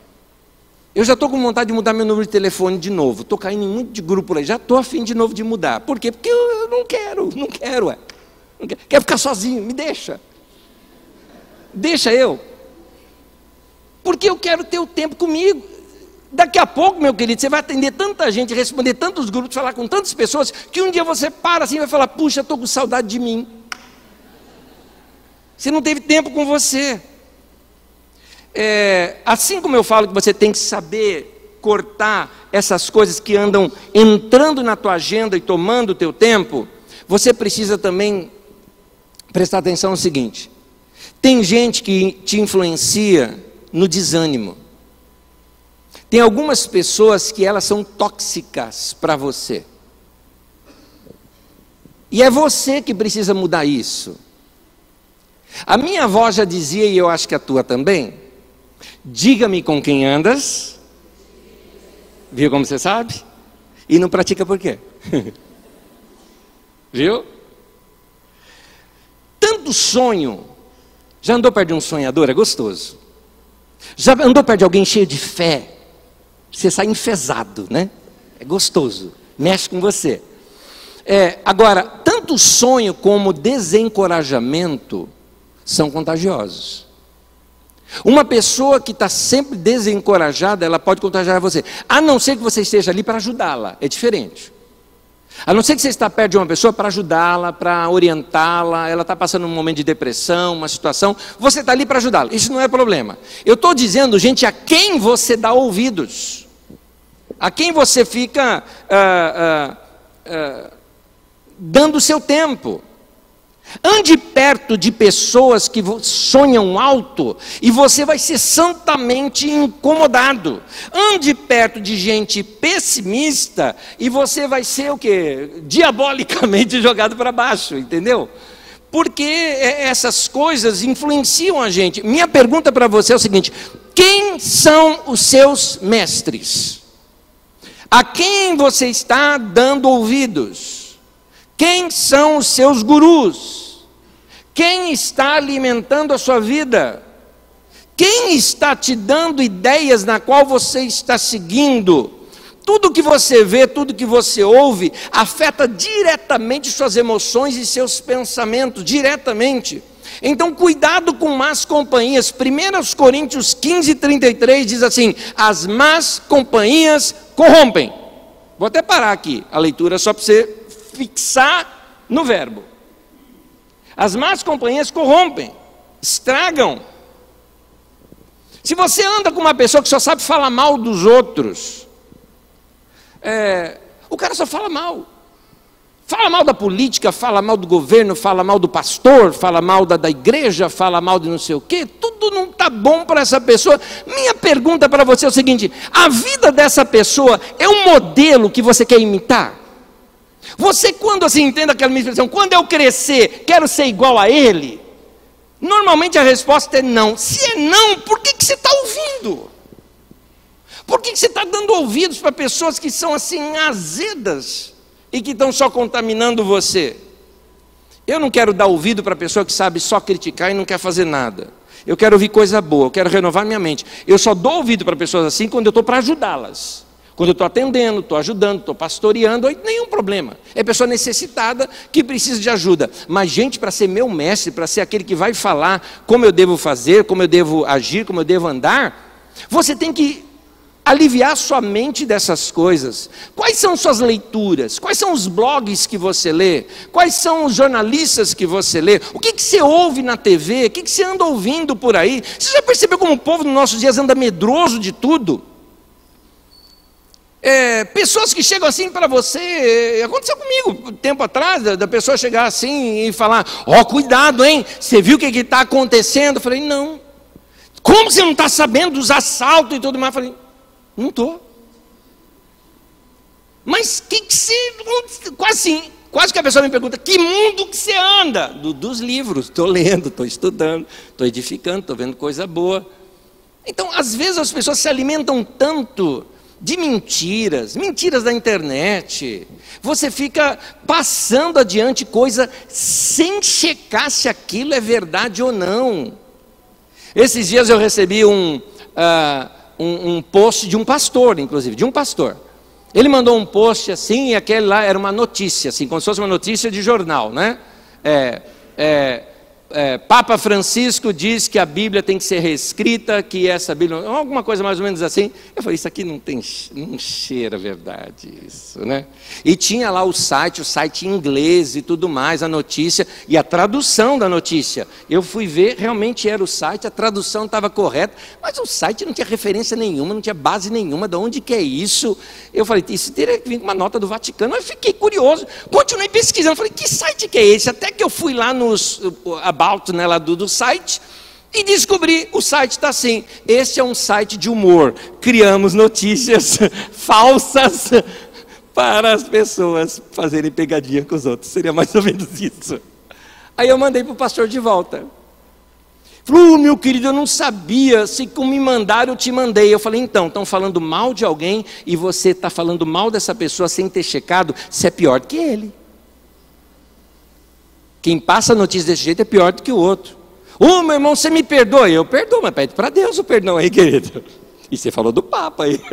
Eu já estou com vontade de mudar meu número de telefone de novo. Estou caindo em muito de grupo aí. Já estou a fim de novo de mudar. Por quê? Porque eu, eu não quero, não quero. Ué. Não quero. Quero ficar sozinho, me deixa. Deixa eu. Porque eu quero ter o tempo comigo. Daqui a pouco, meu querido, você vai atender tanta gente, responder tantos grupos, falar com tantas pessoas, que um dia você para assim e vai falar, puxa, estou com saudade de mim. Você não teve tempo com você. É, assim como eu falo que você tem que saber cortar essas coisas que andam entrando na tua agenda e tomando o teu tempo, você precisa também prestar atenção no seguinte, tem gente que te influencia no desânimo. Tem algumas pessoas que elas são tóxicas para você. E é você que precisa mudar isso. A minha avó já dizia, e eu acho que a tua também, diga-me com quem andas. Viu como você sabe? E não pratica por quê? Viu? Tanto sonho. Já andou perto de um sonhador? É gostoso. Já andou perto de alguém cheio de fé? Você sai enfesado, né? É gostoso, mexe com você. É, agora, tanto sonho como desencorajamento são contagiosos. Uma pessoa que está sempre desencorajada, ela pode contagiar você, a não ser que você esteja ali para ajudá-la, é diferente. A não ser que você está perto de uma pessoa para ajudá-la, para orientá-la, ela está passando um momento de depressão, uma situação, você está ali para ajudá-la, isso não é problema. Eu estou dizendo, gente, a quem você dá ouvidos, a quem você fica ah, ah, ah, dando o seu tempo. Ande perto de pessoas que sonham alto e você vai ser santamente incomodado. Ande perto de gente pessimista e você vai ser o quê? Diabolicamente jogado para baixo, entendeu? Porque essas coisas influenciam a gente. Minha pergunta para você é o seguinte: quem são os seus mestres? A quem você está dando ouvidos? Quem são os seus gurus? Quem está alimentando a sua vida? Quem está te dando ideias na qual você está seguindo? Tudo que você vê, tudo que você ouve, afeta diretamente suas emoções e seus pensamentos, diretamente. Então, cuidado com más companhias. primeira Coríntios quinze, trinta e três diz assim: as más companhias corrompem. Vou até parar aqui a leitura só para você fixar no verbo. As más companhias corrompem, estragam. Se você anda com uma pessoa que só sabe falar mal dos outros, é, o cara só fala mal. Fala mal da política, fala mal do governo, fala mal do pastor, fala mal da, da igreja, fala mal de não sei o quê. Tudo não está bom para essa pessoa. Minha pergunta para você é o seguinte: a vida dessa pessoa é um modelo que você quer imitar? Você, quando assim, entende aquela minha expressão, quando eu crescer, quero ser igual a ele? Normalmente a resposta é não. Se é não, por que, que você está ouvindo? Por que, que você está dando ouvidos para pessoas que são assim azedas e que estão só contaminando você? Eu não quero dar ouvido para pessoa que sabe só criticar e não quer fazer nada. Eu quero ouvir coisa boa, eu quero renovar minha mente. Eu só dou ouvido para pessoas assim quando eu estou para ajudá-las. Quando eu estou atendendo, estou ajudando, estou pastoreando, aí nenhum problema. É pessoa necessitada que precisa de ajuda. Mas gente, para ser meu mestre, para ser aquele que vai falar como eu devo fazer, como eu devo agir, como eu devo andar, você tem que aliviar sua mente dessas coisas. Quais são suas leituras? Quais são os blogs que você lê? Quais são os jornalistas que você lê? O que, que você ouve na T V? O que, que você anda ouvindo por aí? Você já percebeu como o povo nos nossos dias anda medroso de tudo? É, pessoas que chegam assim para você, aconteceu comigo um tempo atrás, da, da pessoa chegar assim e falar: ó, oh, cuidado, hein, você viu o que está acontecendo? Eu falei: não. Como você não está sabendo dos assaltos e tudo mais? Eu falei: não estou. Mas que que você, quase assim, quase que a pessoa me pergunta: que mundo que você anda? Do, dos livros, estou lendo, estou estudando, estou edificando, estou vendo coisa boa. Então, às vezes as pessoas se alimentam tanto de mentiras, mentiras da internet. Você fica passando adiante coisa sem checar se aquilo é verdade ou não. Esses dias eu recebi um, uh, um, um post de um pastor, inclusive, de um pastor. Ele mandou um post assim, e aquele lá era uma notícia, assim, como se fosse uma notícia de jornal, né? É, é, é, Papa Francisco diz que a Bíblia tem que ser reescrita, que essa Bíblia, alguma coisa mais ou menos assim. Eu falei: isso aqui não tem, não cheira a verdade, isso, né? E tinha lá o site, o site em inglês e tudo mais, a notícia e a tradução da notícia. Eu fui ver, realmente era o site, a tradução estava correta, mas o site não tinha referência nenhuma, não tinha base nenhuma, de onde que é isso? Eu falei: isso teria que vir com uma nota do Vaticano. Eu fiquei curioso, continuei pesquisando, falei: que site que é esse? Até que eu fui lá nos about, né, lá do, do site, e descobri, o site está assim: este é um site de humor, criamos notícias falsas para as pessoas fazerem pegadinha com os outros. Seria mais ou menos isso. Aí eu mandei para o pastor de volta. Falou: oh, meu querido, eu não sabia, se como me mandaram eu te mandei. Eu falei: então, estão falando mal de alguém e você está falando mal dessa pessoa sem ter checado, você é pior do que ele. Quem passa a notícia desse jeito é pior do que o outro. Ô, oh, meu irmão, você me perdoa? Eu perdoo, mas pede para Deus o perdão aí, querido. E você falou do Papa aí.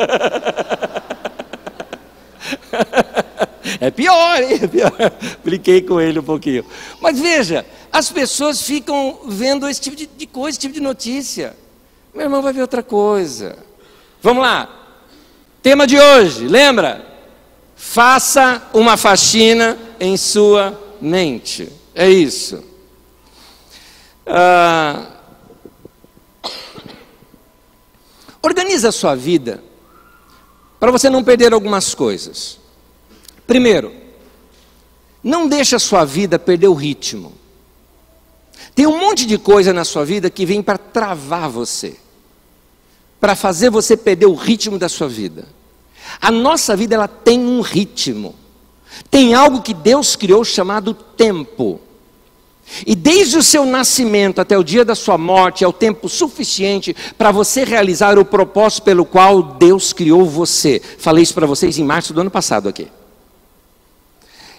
É pior, hein? É pior. Brinquei com ele um pouquinho. Mas veja, as pessoas ficam vendo esse tipo de, de coisa, esse tipo de notícia. Meu irmão vai ver outra coisa. Vamos lá. Tema de hoje, lembra? Faça uma faxina em sua mente. É isso. Ah, organiza a sua vida para você não perder algumas coisas. Primeiro, não deixe a sua vida perder o ritmo. Tem um monte de coisa na sua vida que vem para travar você, para fazer você perder o ritmo da sua vida. A nossa vida, ela tem um ritmo. Tem algo que Deus criou chamado tempo. E desde o seu nascimento até o dia da sua morte é o tempo suficiente para você realizar o propósito pelo qual Deus criou você. Falei isso para vocês em março do ano passado aqui.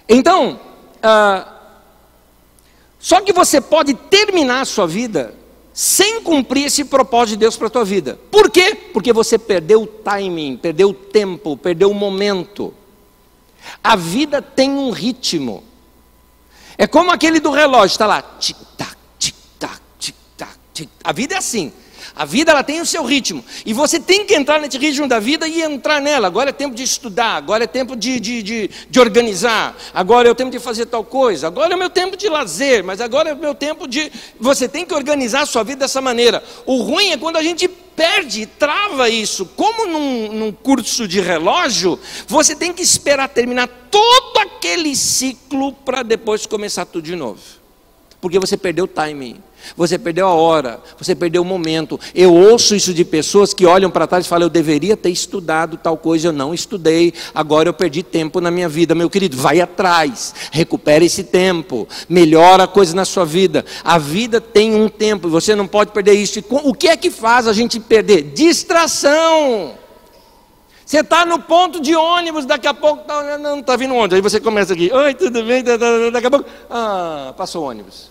Então, ah, só que você pode terminar a sua vida sem cumprir esse propósito de Deus para a tua vida. Por quê? Porque você perdeu o timing, perdeu o tempo, perdeu o momento. A vida tem um ritmo. É como aquele do relógio, está lá, tic-tac, tic-tac, tic-tac, tic. A vida é assim. A vida ela tem o seu ritmo. E você tem que entrar nesse ritmo da vida e entrar nela. Agora é tempo de estudar, agora é tempo de, de, de, de organizar, agora é o tempo de fazer tal coisa, agora é o meu tempo de lazer, mas agora é o meu tempo de... Você tem que organizar a sua vida dessa maneira. O ruim é quando a gente perde, trava isso. Como num, num curso de relógio, você tem que esperar terminar todo aquele ciclo para depois começar tudo de novo. Porque você perdeu o timing. Você perdeu a hora, você perdeu o momento. Eu ouço isso de pessoas que olham para trás e falam: eu deveria ter estudado tal coisa, eu não estudei, agora eu perdi tempo na minha vida. Meu querido, vai atrás, recupera esse tempo, melhora a coisa na sua vida. A vida tem um tempo, você não pode perder isso. E o que é que faz a gente perder? Distração. Você está no ponto de ônibus, daqui a pouco tá, não está vindo ônibus, aí você começa aqui: oi, tudo bem? Daqui a pouco, ah, passou o ônibus.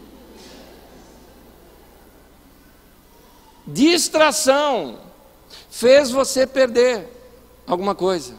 Distração fez você perder alguma coisa.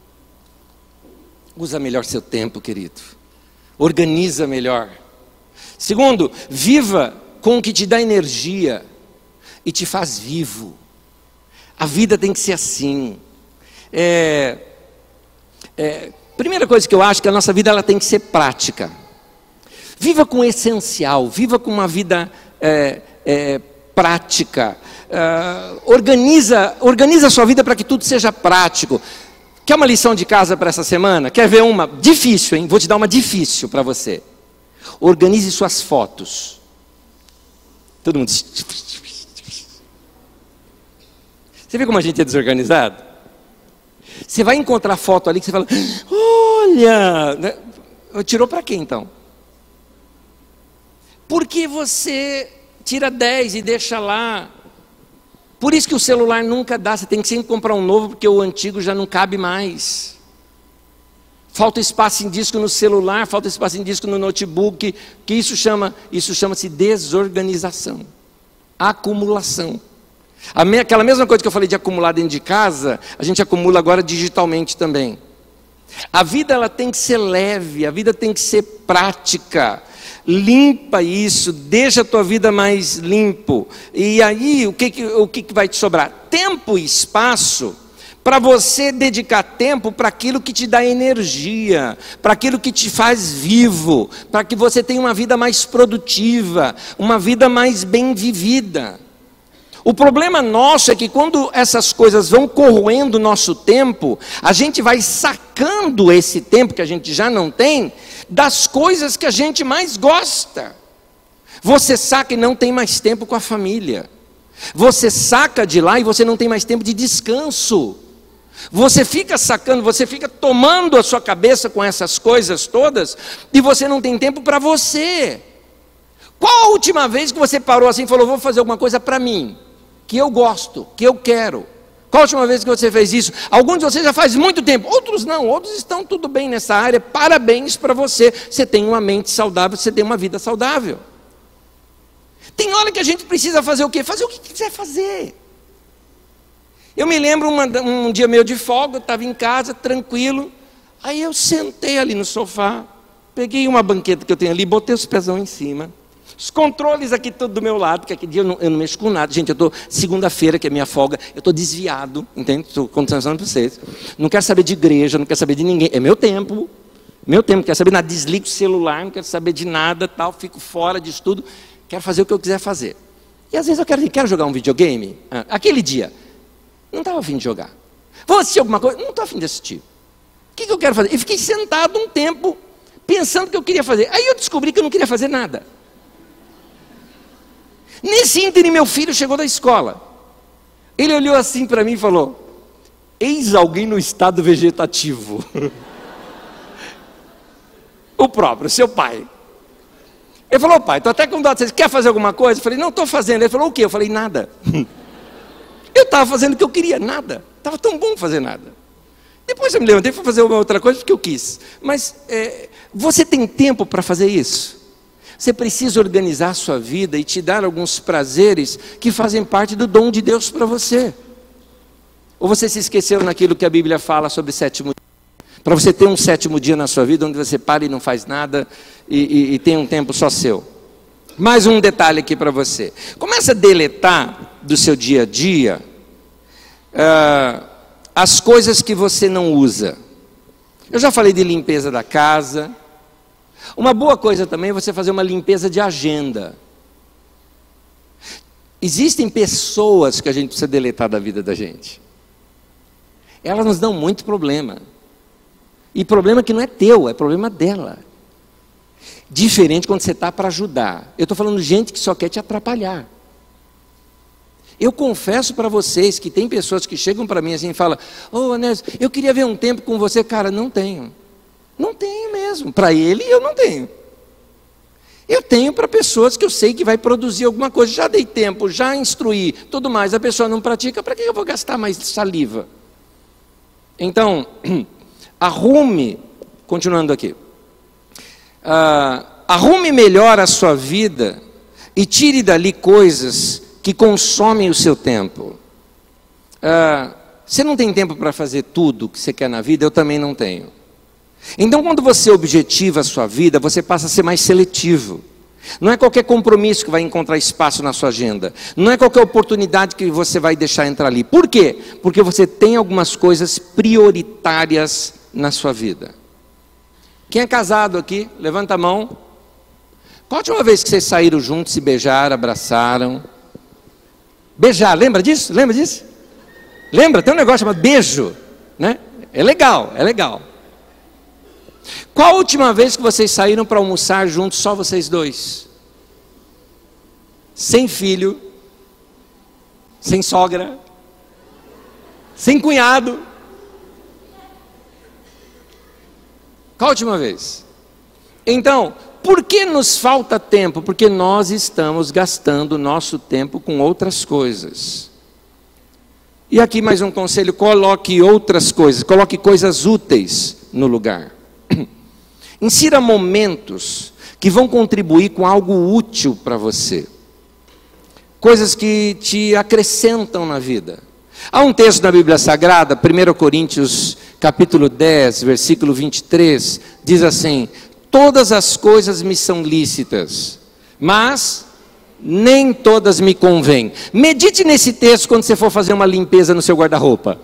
Usa melhor seu tempo, querido. Organiza melhor. Segundo, viva com o que te dá energia e te faz vivo. A vida tem que ser assim. É, é, primeira coisa que eu acho que a nossa vida ela tem que ser prática. Viva com o essencial. Viva com uma vida é, é, prática. Uh, organiza, organiza a sua vida para que tudo seja prático. Quer uma lição de casa para essa semana? Quer ver uma? Difícil, hein? Vou te dar uma difícil para você. Organize suas fotos. Todo mundo. Você vê como a gente é desorganizado? Você vai encontrar foto ali que você fala: olha, tirou para quê então? Porque você tira dez e deixa lá. Por isso que o celular nunca dá, você tem que sempre comprar um novo, porque o antigo já não cabe mais. Falta espaço em disco no celular, falta espaço em disco no notebook, que isso chama, isso chama-se desorganização, acumulação. A me, aquela mesma coisa que eu falei de acumular dentro de casa, a gente acumula agora digitalmente também. A vida ela tem que ser leve, a vida tem que ser prática. Limpa isso, deixa a tua vida mais limpo. E aí, o que, que, o que, que vai te sobrar? Tempo e espaço para você dedicar tempo para aquilo que te dá energia, para aquilo que te faz vivo, para que você tenha uma vida mais produtiva, uma vida mais bem vivida. O problema nosso é que quando essas coisas vão corroendo o nosso tempo, a gente vai sacando esse tempo que a gente já não tem, das coisas que a gente mais gosta. Você saca e não tem mais tempo com a família. Você saca de lá e você não tem mais tempo de descanso. Você fica sacando, você fica tomando a sua cabeça com essas coisas todas e você não tem tempo para você. Qual a última vez que você parou assim e falou: vou fazer alguma coisa para mim, que eu gosto, que eu quero? Qual a última vez que você fez isso? Alguns de vocês já faz muito tempo, outros não, outros estão tudo bem nessa área. Parabéns para você, você tem uma mente saudável, você tem uma vida saudável. Tem hora que a gente precisa fazer o quê? Fazer o que quiser fazer. Eu me lembro uma, um dia meu de folga, eu estava em casa, tranquilo, aí eu sentei ali no sofá, peguei uma banqueta que eu tenho ali, botei os pezão em cima, os controles aqui todos do meu lado, porque aquele dia eu não, eu não mexo com nada. Gente, eu estou, segunda-feira, que é minha folga, eu estou desviado, entende? Estou contando para vocês. Não quero saber de igreja, não quero saber de ninguém. É meu tempo, meu tempo, não quero saber nada. Desligo o celular, não quero saber de nada, tal, fico fora disso tudo. Quero fazer o que eu quiser fazer. E às vezes eu quero, quero jogar um videogame. Ah, aquele dia, não estava a fim de jogar. Vou assistir alguma coisa? Não estou a fim de assistir. O que, que eu quero fazer? Eu fiquei sentado um tempo, pensando o que eu queria fazer. Aí eu descobri que eu não queria fazer nada. Nesse ínterim, meu filho chegou da escola. Ele olhou assim para mim e falou: eis alguém no estado vegetativo. O próprio, seu pai. Ele falou: pai, estou até com dó, você quer fazer alguma coisa? Eu falei: não, estou fazendo. Ele falou: o quê? Eu falei: nada. Eu estava fazendo o que eu queria, nada. Estava tão bom fazer nada. Depois eu me levantei para fazer uma outra coisa porque eu quis. Mas é, você tem tempo para fazer isso? Você precisa organizar a sua vida e te dar alguns prazeres que fazem parte do dom de Deus para você. Ou você se esqueceu naquilo que a Bíblia fala sobre sétimo dia? Para você ter um sétimo dia na sua vida, onde você para e não faz nada e, e, e tem um tempo só seu. Mais um detalhe aqui para você. Começa a deletar do seu dia a dia uh, as coisas que você não usa. Eu já falei de limpeza da casa. Uma boa coisa também é você fazer uma limpeza de agenda. Existem pessoas que a gente precisa deletar da vida da gente. Elas nos dão muito problema. E problema que não é teu, é problema dela. Diferente quando você está para ajudar. Eu estou falando de gente que só quer te atrapalhar. Eu confesso para vocês que tem pessoas que chegam para mim assim e falam: ô Anésio, eu queria ver um tempo com você. Cara, não tenho. Não tenho mesmo. Para ele eu não tenho. Eu tenho para pessoas que eu sei que vai produzir alguma coisa. Já dei tempo, já instruí, tudo mais. A pessoa não pratica, para que eu vou gastar mais saliva? Então, arrume, continuando aqui. Uh, arrume melhor a sua vida e tire dali coisas que consomem o seu tempo. Uh, você não tem tempo para fazer tudo que você quer na vida, eu também não tenho. Então, quando você objetiva a sua vida, você passa a ser mais seletivo. Não é qualquer compromisso que vai encontrar espaço na sua agenda. Não é qualquer oportunidade que você vai deixar entrar ali. Por quê? Porque você tem algumas coisas prioritárias na sua vida. Quem é casado aqui? Levanta a mão. Qual a última vez que vocês saíram juntos, se beijaram, abraçaram? Beijar, lembra disso? Lembra disso? Lembra? Tem um negócio chamado beijo, né? É legal, é legal. Qual a última vez que vocês saíram para almoçar juntos, só vocês dois? Sem filho, sem sogra, sem cunhado. Qual a última vez? Então, por que nos falta tempo? Porque nós estamos gastando nosso tempo com outras coisas. E aqui mais um conselho: coloque outras coisas, coloque coisas úteis no lugar. Insira momentos que vão contribuir com algo útil para você. Coisas que te acrescentam na vida. Há um texto na Bíblia Sagrada, primeira Coríntios capítulo dez, versículo vinte e três, diz assim: todas as coisas me são lícitas, mas nem todas me convêm. Medite nesse texto quando você for fazer uma limpeza no seu guarda-roupa.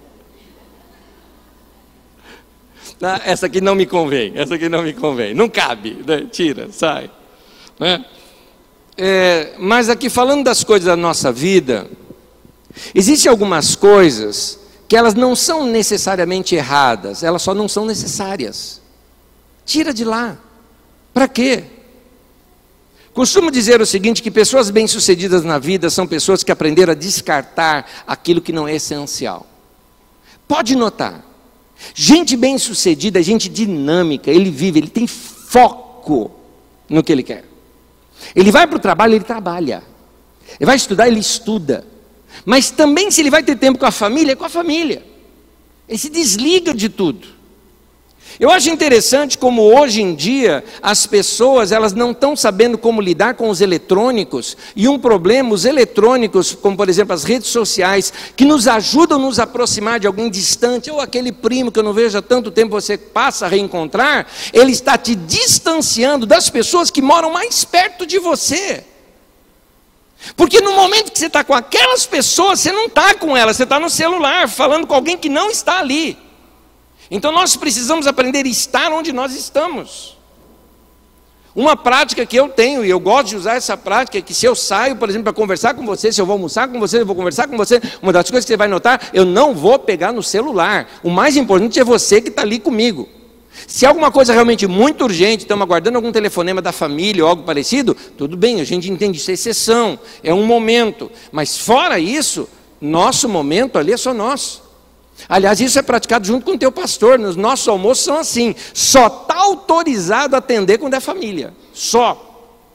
Essa aqui não me convém, essa aqui não me convém, não cabe, né? Tira, sai, né? É, mas aqui falando das coisas da nossa vida, existem algumas coisas que elas não são necessariamente erradas, elas só não são necessárias. Tira de lá. Para quê? Costumo dizer o seguinte, que pessoas bem-sucedidas na vida são pessoas que aprenderam a descartar aquilo que não é essencial. Pode notar, gente bem-sucedida é gente dinâmica, ele vive, ele tem foco no que ele quer. Ele vai para o trabalho, ele trabalha. Ele vai estudar, ele estuda. Mas também, se ele vai ter tempo com a família, é com a família. Ele se desliga de tudo. Eu acho interessante como hoje em dia as pessoas elas não estão sabendo como lidar com os eletrônicos. E um problema, os eletrônicos, como por exemplo as redes sociais, que nos ajudam a nos aproximar de alguém distante, ou aquele primo que eu não vejo há tanto tempo, você passa a reencontrar, ele está te distanciando das pessoas que moram mais perto de você. Porque no momento que você está com aquelas pessoas, você não está com elas, você está no celular, falando com alguém que não está ali. Então nós precisamos aprender a estar onde nós estamos. Uma prática que eu tenho, e eu gosto de usar essa prática, é que se eu saio, por exemplo, para conversar com você, se eu vou almoçar com você, eu vou conversar com você, uma das coisas que você vai notar, eu não vou pegar no celular. O mais importante é você que está ali comigo. Se é alguma coisa realmente muito urgente, estamos aguardando algum telefonema da família ou algo parecido, tudo bem, a gente entende, isso é exceção, é um momento. Mas fora isso, nosso momento ali é só nosso. Aliás, isso é praticado junto com o teu pastor. Nos nossos almoços são assim. Só está autorizado a atender quando é família. Só.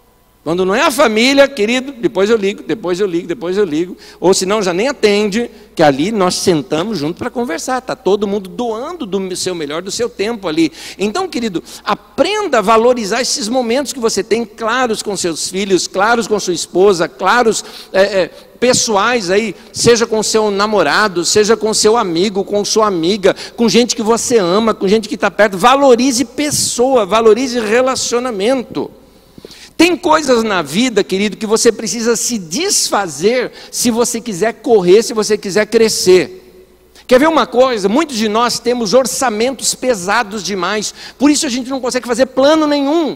Quando não é a família, querido, depois eu ligo, depois eu ligo, depois eu ligo. Ou senão já nem atende, que ali nós sentamos junto para conversar. Está todo mundo doando do seu melhor, do seu tempo ali. Então, querido, aprenda a valorizar esses momentos que você tem claros com seus filhos, claros com sua esposa, claros é, é, pessoais aí, seja com seu namorado, seja com seu amigo, com sua amiga, com gente que você ama, com gente que está perto. Valorize pessoa, valorize relacionamento. Tem coisas na vida, querido, que você precisa se desfazer se você quiser correr, se você quiser crescer. Quer ver uma coisa? Muitos de nós temos orçamentos pesados demais, por isso a gente não consegue fazer plano nenhum.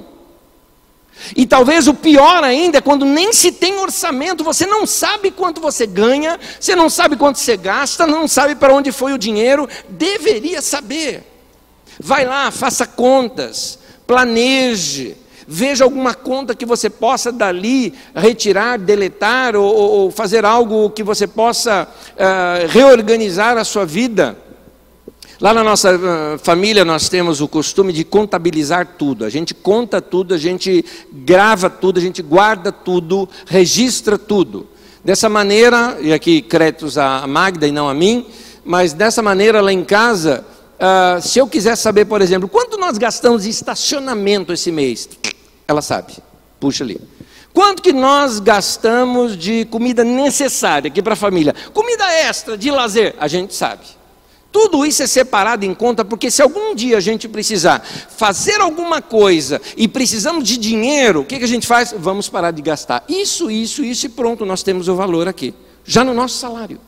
E talvez o pior ainda é quando nem se tem orçamento, você não sabe quanto você ganha, você não sabe quanto você gasta, não sabe para onde foi o dinheiro, deveria saber. Vai lá, faça contas, planeje. Veja alguma conta que você possa dali retirar, deletar ou, ou fazer algo que você possa uh, reorganizar a sua vida. Lá na nossa uh, família nós temos o costume de contabilizar tudo. A gente conta tudo, a gente grava tudo, a gente guarda tudo, registra tudo. Dessa maneira, e aqui créditos a Magda e não a mim, mas dessa maneira lá em casa, uh, se eu quiser saber, por exemplo, quanto nós gastamos em estacionamento esse mês, ela sabe, puxa ali. Quanto que nós gastamos de comida necessária aqui para a família? Comida extra, de lazer, a gente sabe. Tudo isso é separado em conta, porque se algum dia a gente precisar fazer alguma coisa e precisamos de dinheiro, o que, que a gente faz? Vamos parar de gastar. Isso, isso, isso e pronto, nós temos o valor aqui, já no nosso salário.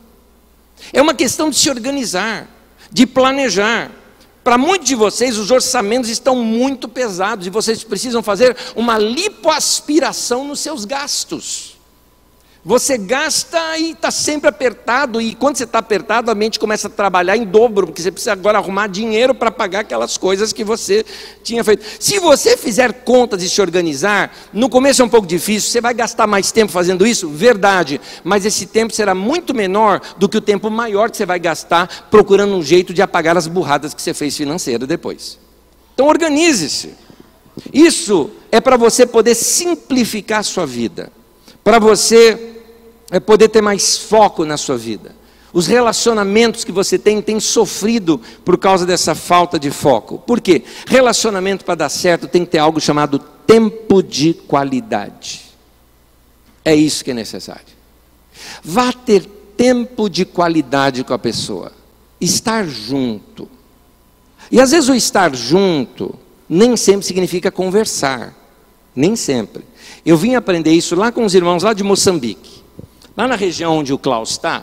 É uma questão de se organizar, de planejar. Para muitos de vocês, os orçamentos estão muito pesados e vocês precisam fazer uma lipoaspiração nos seus gastos. Você gasta e está sempre apertado, e quando você está apertado, a mente começa a trabalhar em dobro, porque você precisa agora arrumar dinheiro para pagar aquelas coisas que você tinha feito. Se você fizer contas e se organizar, no começo é um pouco difícil, você vai gastar mais tempo fazendo isso, verdade, mas esse tempo será muito menor do que o tempo maior que você vai gastar procurando um jeito de apagar as burradas que você fez financeira depois. Então organize-se. Isso é para você poder simplificar a sua vida, para você é poder ter mais foco na sua vida. Os relacionamentos que você tem, tem sofrido por causa dessa falta de foco. Por quê? Relacionamento para dar certo tem que ter algo chamado tempo de qualidade. É isso que é necessário. Vá ter tempo de qualidade com a pessoa. Estar junto. E às vezes o estar junto nem sempre significa conversar. Nem sempre. Eu vim aprender isso lá com os irmãos lá de Moçambique. Lá na região onde o Klaus está,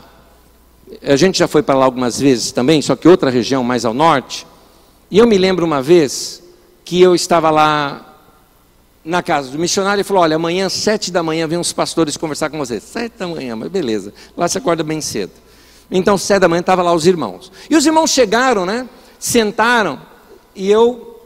a gente já foi para lá algumas vezes também, só que outra região mais ao norte. E eu me lembro uma vez que eu estava lá na casa do missionário e falou: olha, amanhã, sete da manhã, vem uns pastores conversar com você. Sete da manhã, mas beleza. Lá você acorda bem cedo. Então, sete da manhã, estavam lá os irmãos. E os irmãos chegaram, né? Sentaram, e eu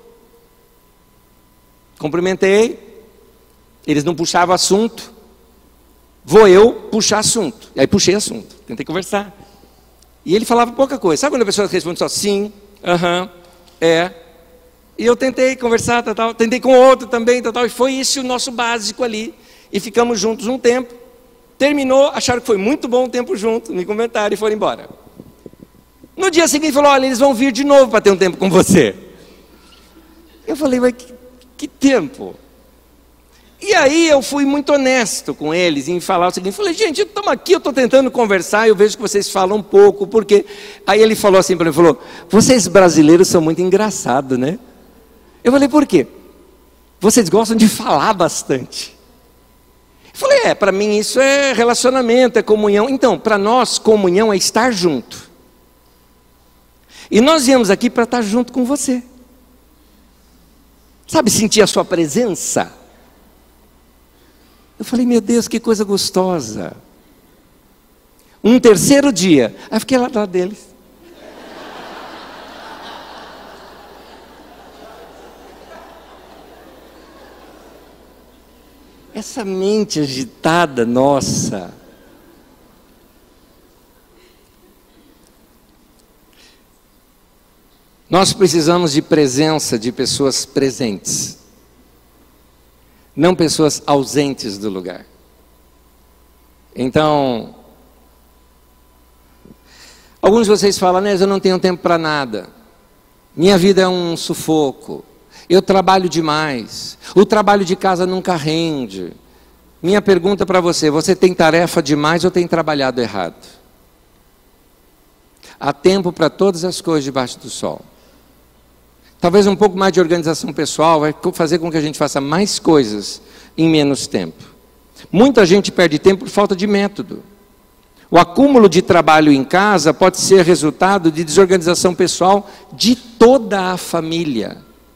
cumprimentei. Eles não puxavam assunto. Vou eu puxar assunto. E aí puxei assunto, tentei conversar. E ele falava pouca coisa. Sabe quando a pessoa responde só sim, aham, é. E eu tentei conversar, tal, tal, tentei com outro também, tal, tal, e foi isso o nosso básico ali. E ficamos juntos um tempo. Terminou, acharam que foi muito bom o tempo junto, me comentaram e foram embora. No dia seguinte falou: olha, eles vão vir de novo para ter um tempo com você. Eu falei: mas que, que tempo? E aí eu fui muito honesto com eles em falar o seguinte, falei: gente, estamos aqui, eu estou tentando conversar, eu vejo que vocês falam um pouco, porque... Aí ele falou assim para mim, falou: vocês brasileiros são muito engraçados, né? Eu falei: por quê? Vocês gostam de falar bastante. Eu falei: é, para mim isso é relacionamento, é comunhão. Então, para nós, comunhão é estar junto. E nós viemos aqui para estar junto com você. Sabe, sentir a sua presença? Eu falei: meu Deus, que coisa gostosa. Um terceiro dia, aí fiquei lá do lado deles. Essa mente agitada nossa. Nós precisamos de presença de pessoas presentes. não pessoas ausentes do lugar. Então, alguns de vocês falam, né, eu não tenho tempo para nada, minha vida é um sufoco, eu trabalho demais, o trabalho de casa nunca rende. Minha pergunta para você, você tem tarefa demais ou tem trabalhado errado? Há tempo para todas as coisas debaixo do sol. Talvez um pouco mais de organização pessoal vai fazer com que a gente faça mais coisas em menos tempo. Muita gente perde tempo por falta de método. O acúmulo de trabalho em casa pode ser resultado de desorganização pessoal de toda a família.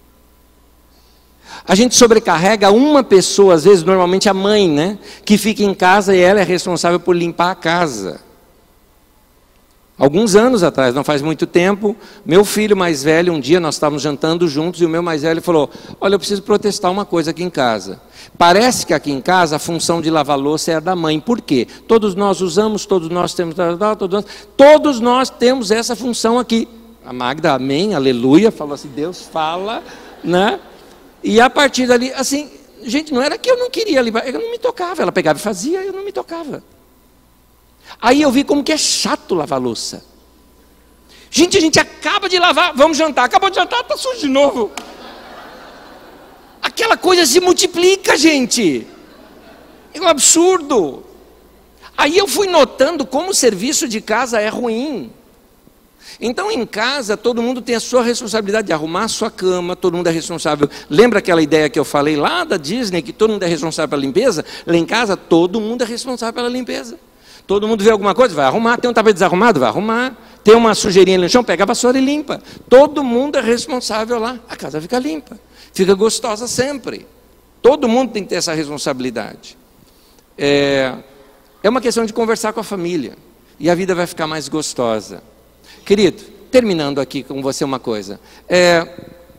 A gente sobrecarrega uma pessoa, às vezes normalmente a mãe, né, que fica em casa e ela é responsável por limpar a casa. Alguns anos atrás, não faz muito tempo, meu filho mais velho, um dia nós estávamos jantando juntos e o meu mais velho falou, olha, eu preciso protestar uma coisa aqui em casa. Parece que aqui em casa a função de lavar louça é a da mãe. Por quê? Todos nós usamos, todos nós temos, todos nós, todos nós temos essa função aqui. A Magda, amém, aleluia, falou assim, Deus fala, né? E a partir dali, assim, gente, não era que eu não queria limpar, eu não me tocava, ela pegava e fazia, eu não me tocava. Aí eu vi como que é chato lavar louça. Gente, a gente acaba de lavar, vamos jantar, acabou de jantar, está sujo de novo. Aquela coisa se multiplica, gente. É um absurdo. Aí eu fui notando como o serviço de casa é ruim. Então em casa todo mundo tem a sua responsabilidade de arrumar a sua cama, todo mundo é responsável. Lembra aquela ideia que eu falei lá da Disney, que todo mundo é responsável pela limpeza? Lá em casa todo mundo é responsável pela limpeza. Todo mundo vê alguma coisa, vai arrumar. Tem um tapete desarrumado, vai arrumar. Tem uma sujeirinha no chão, pega a vassoura e limpa. Todo mundo é responsável lá. A casa fica limpa, fica gostosa sempre. Todo mundo tem que ter essa responsabilidade. É, é uma questão de conversar com a família. E a vida vai ficar mais gostosa. Querido, terminando aqui com você uma coisa. É,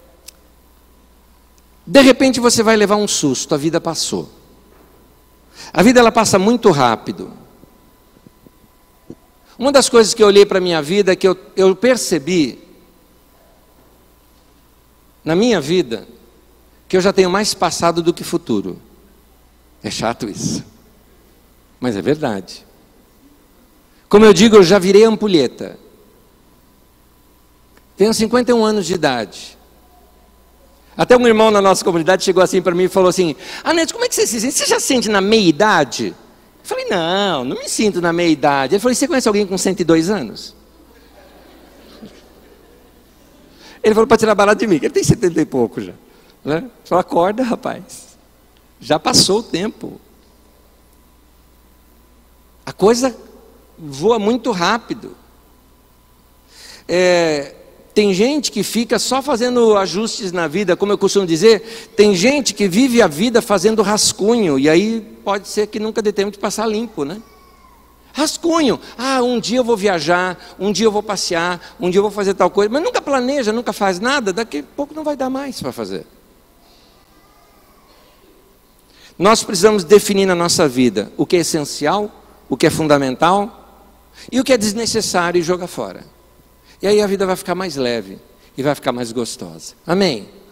de repente você vai levar um susto, a vida passou. A vida ela passa muito rápido. Uma das coisas que eu olhei para a minha vida é que eu, eu percebi, na minha vida, que eu já tenho mais passado do que futuro. É chato isso, mas é verdade. Como eu digo, eu já virei ampulheta. Tenho cinquenta e um anos de idade. Até um irmão na nossa comunidade chegou assim para mim e falou assim, ah, Neto, como é que você se sente? Você já sente na meia-idade? Eu falei, não, não me sinto na meia-idade. Ele falou, você conhece alguém com cento e dois anos? Ele falou para tirar barato de mim, que ele tem setenta e pouco já. Né? Eu falei, acorda, rapaz. Já passou o tempo. A coisa voa muito rápido. É, tem gente que fica só fazendo ajustes na vida, como eu costumo dizer, tem gente que vive a vida fazendo rascunho, e aí pode ser que nunca dê tempo de passar limpo, né? Rascunho, ah, um dia eu vou viajar, um dia eu vou passear, um dia eu vou fazer tal coisa, mas nunca planeja, nunca faz nada, daqui a pouco não vai dar mais para fazer. Nós precisamos definir na nossa vida o que é essencial, o que é fundamental e o que é desnecessário e jogar fora. E aí a vida vai ficar mais leve e vai ficar mais gostosa. Amém?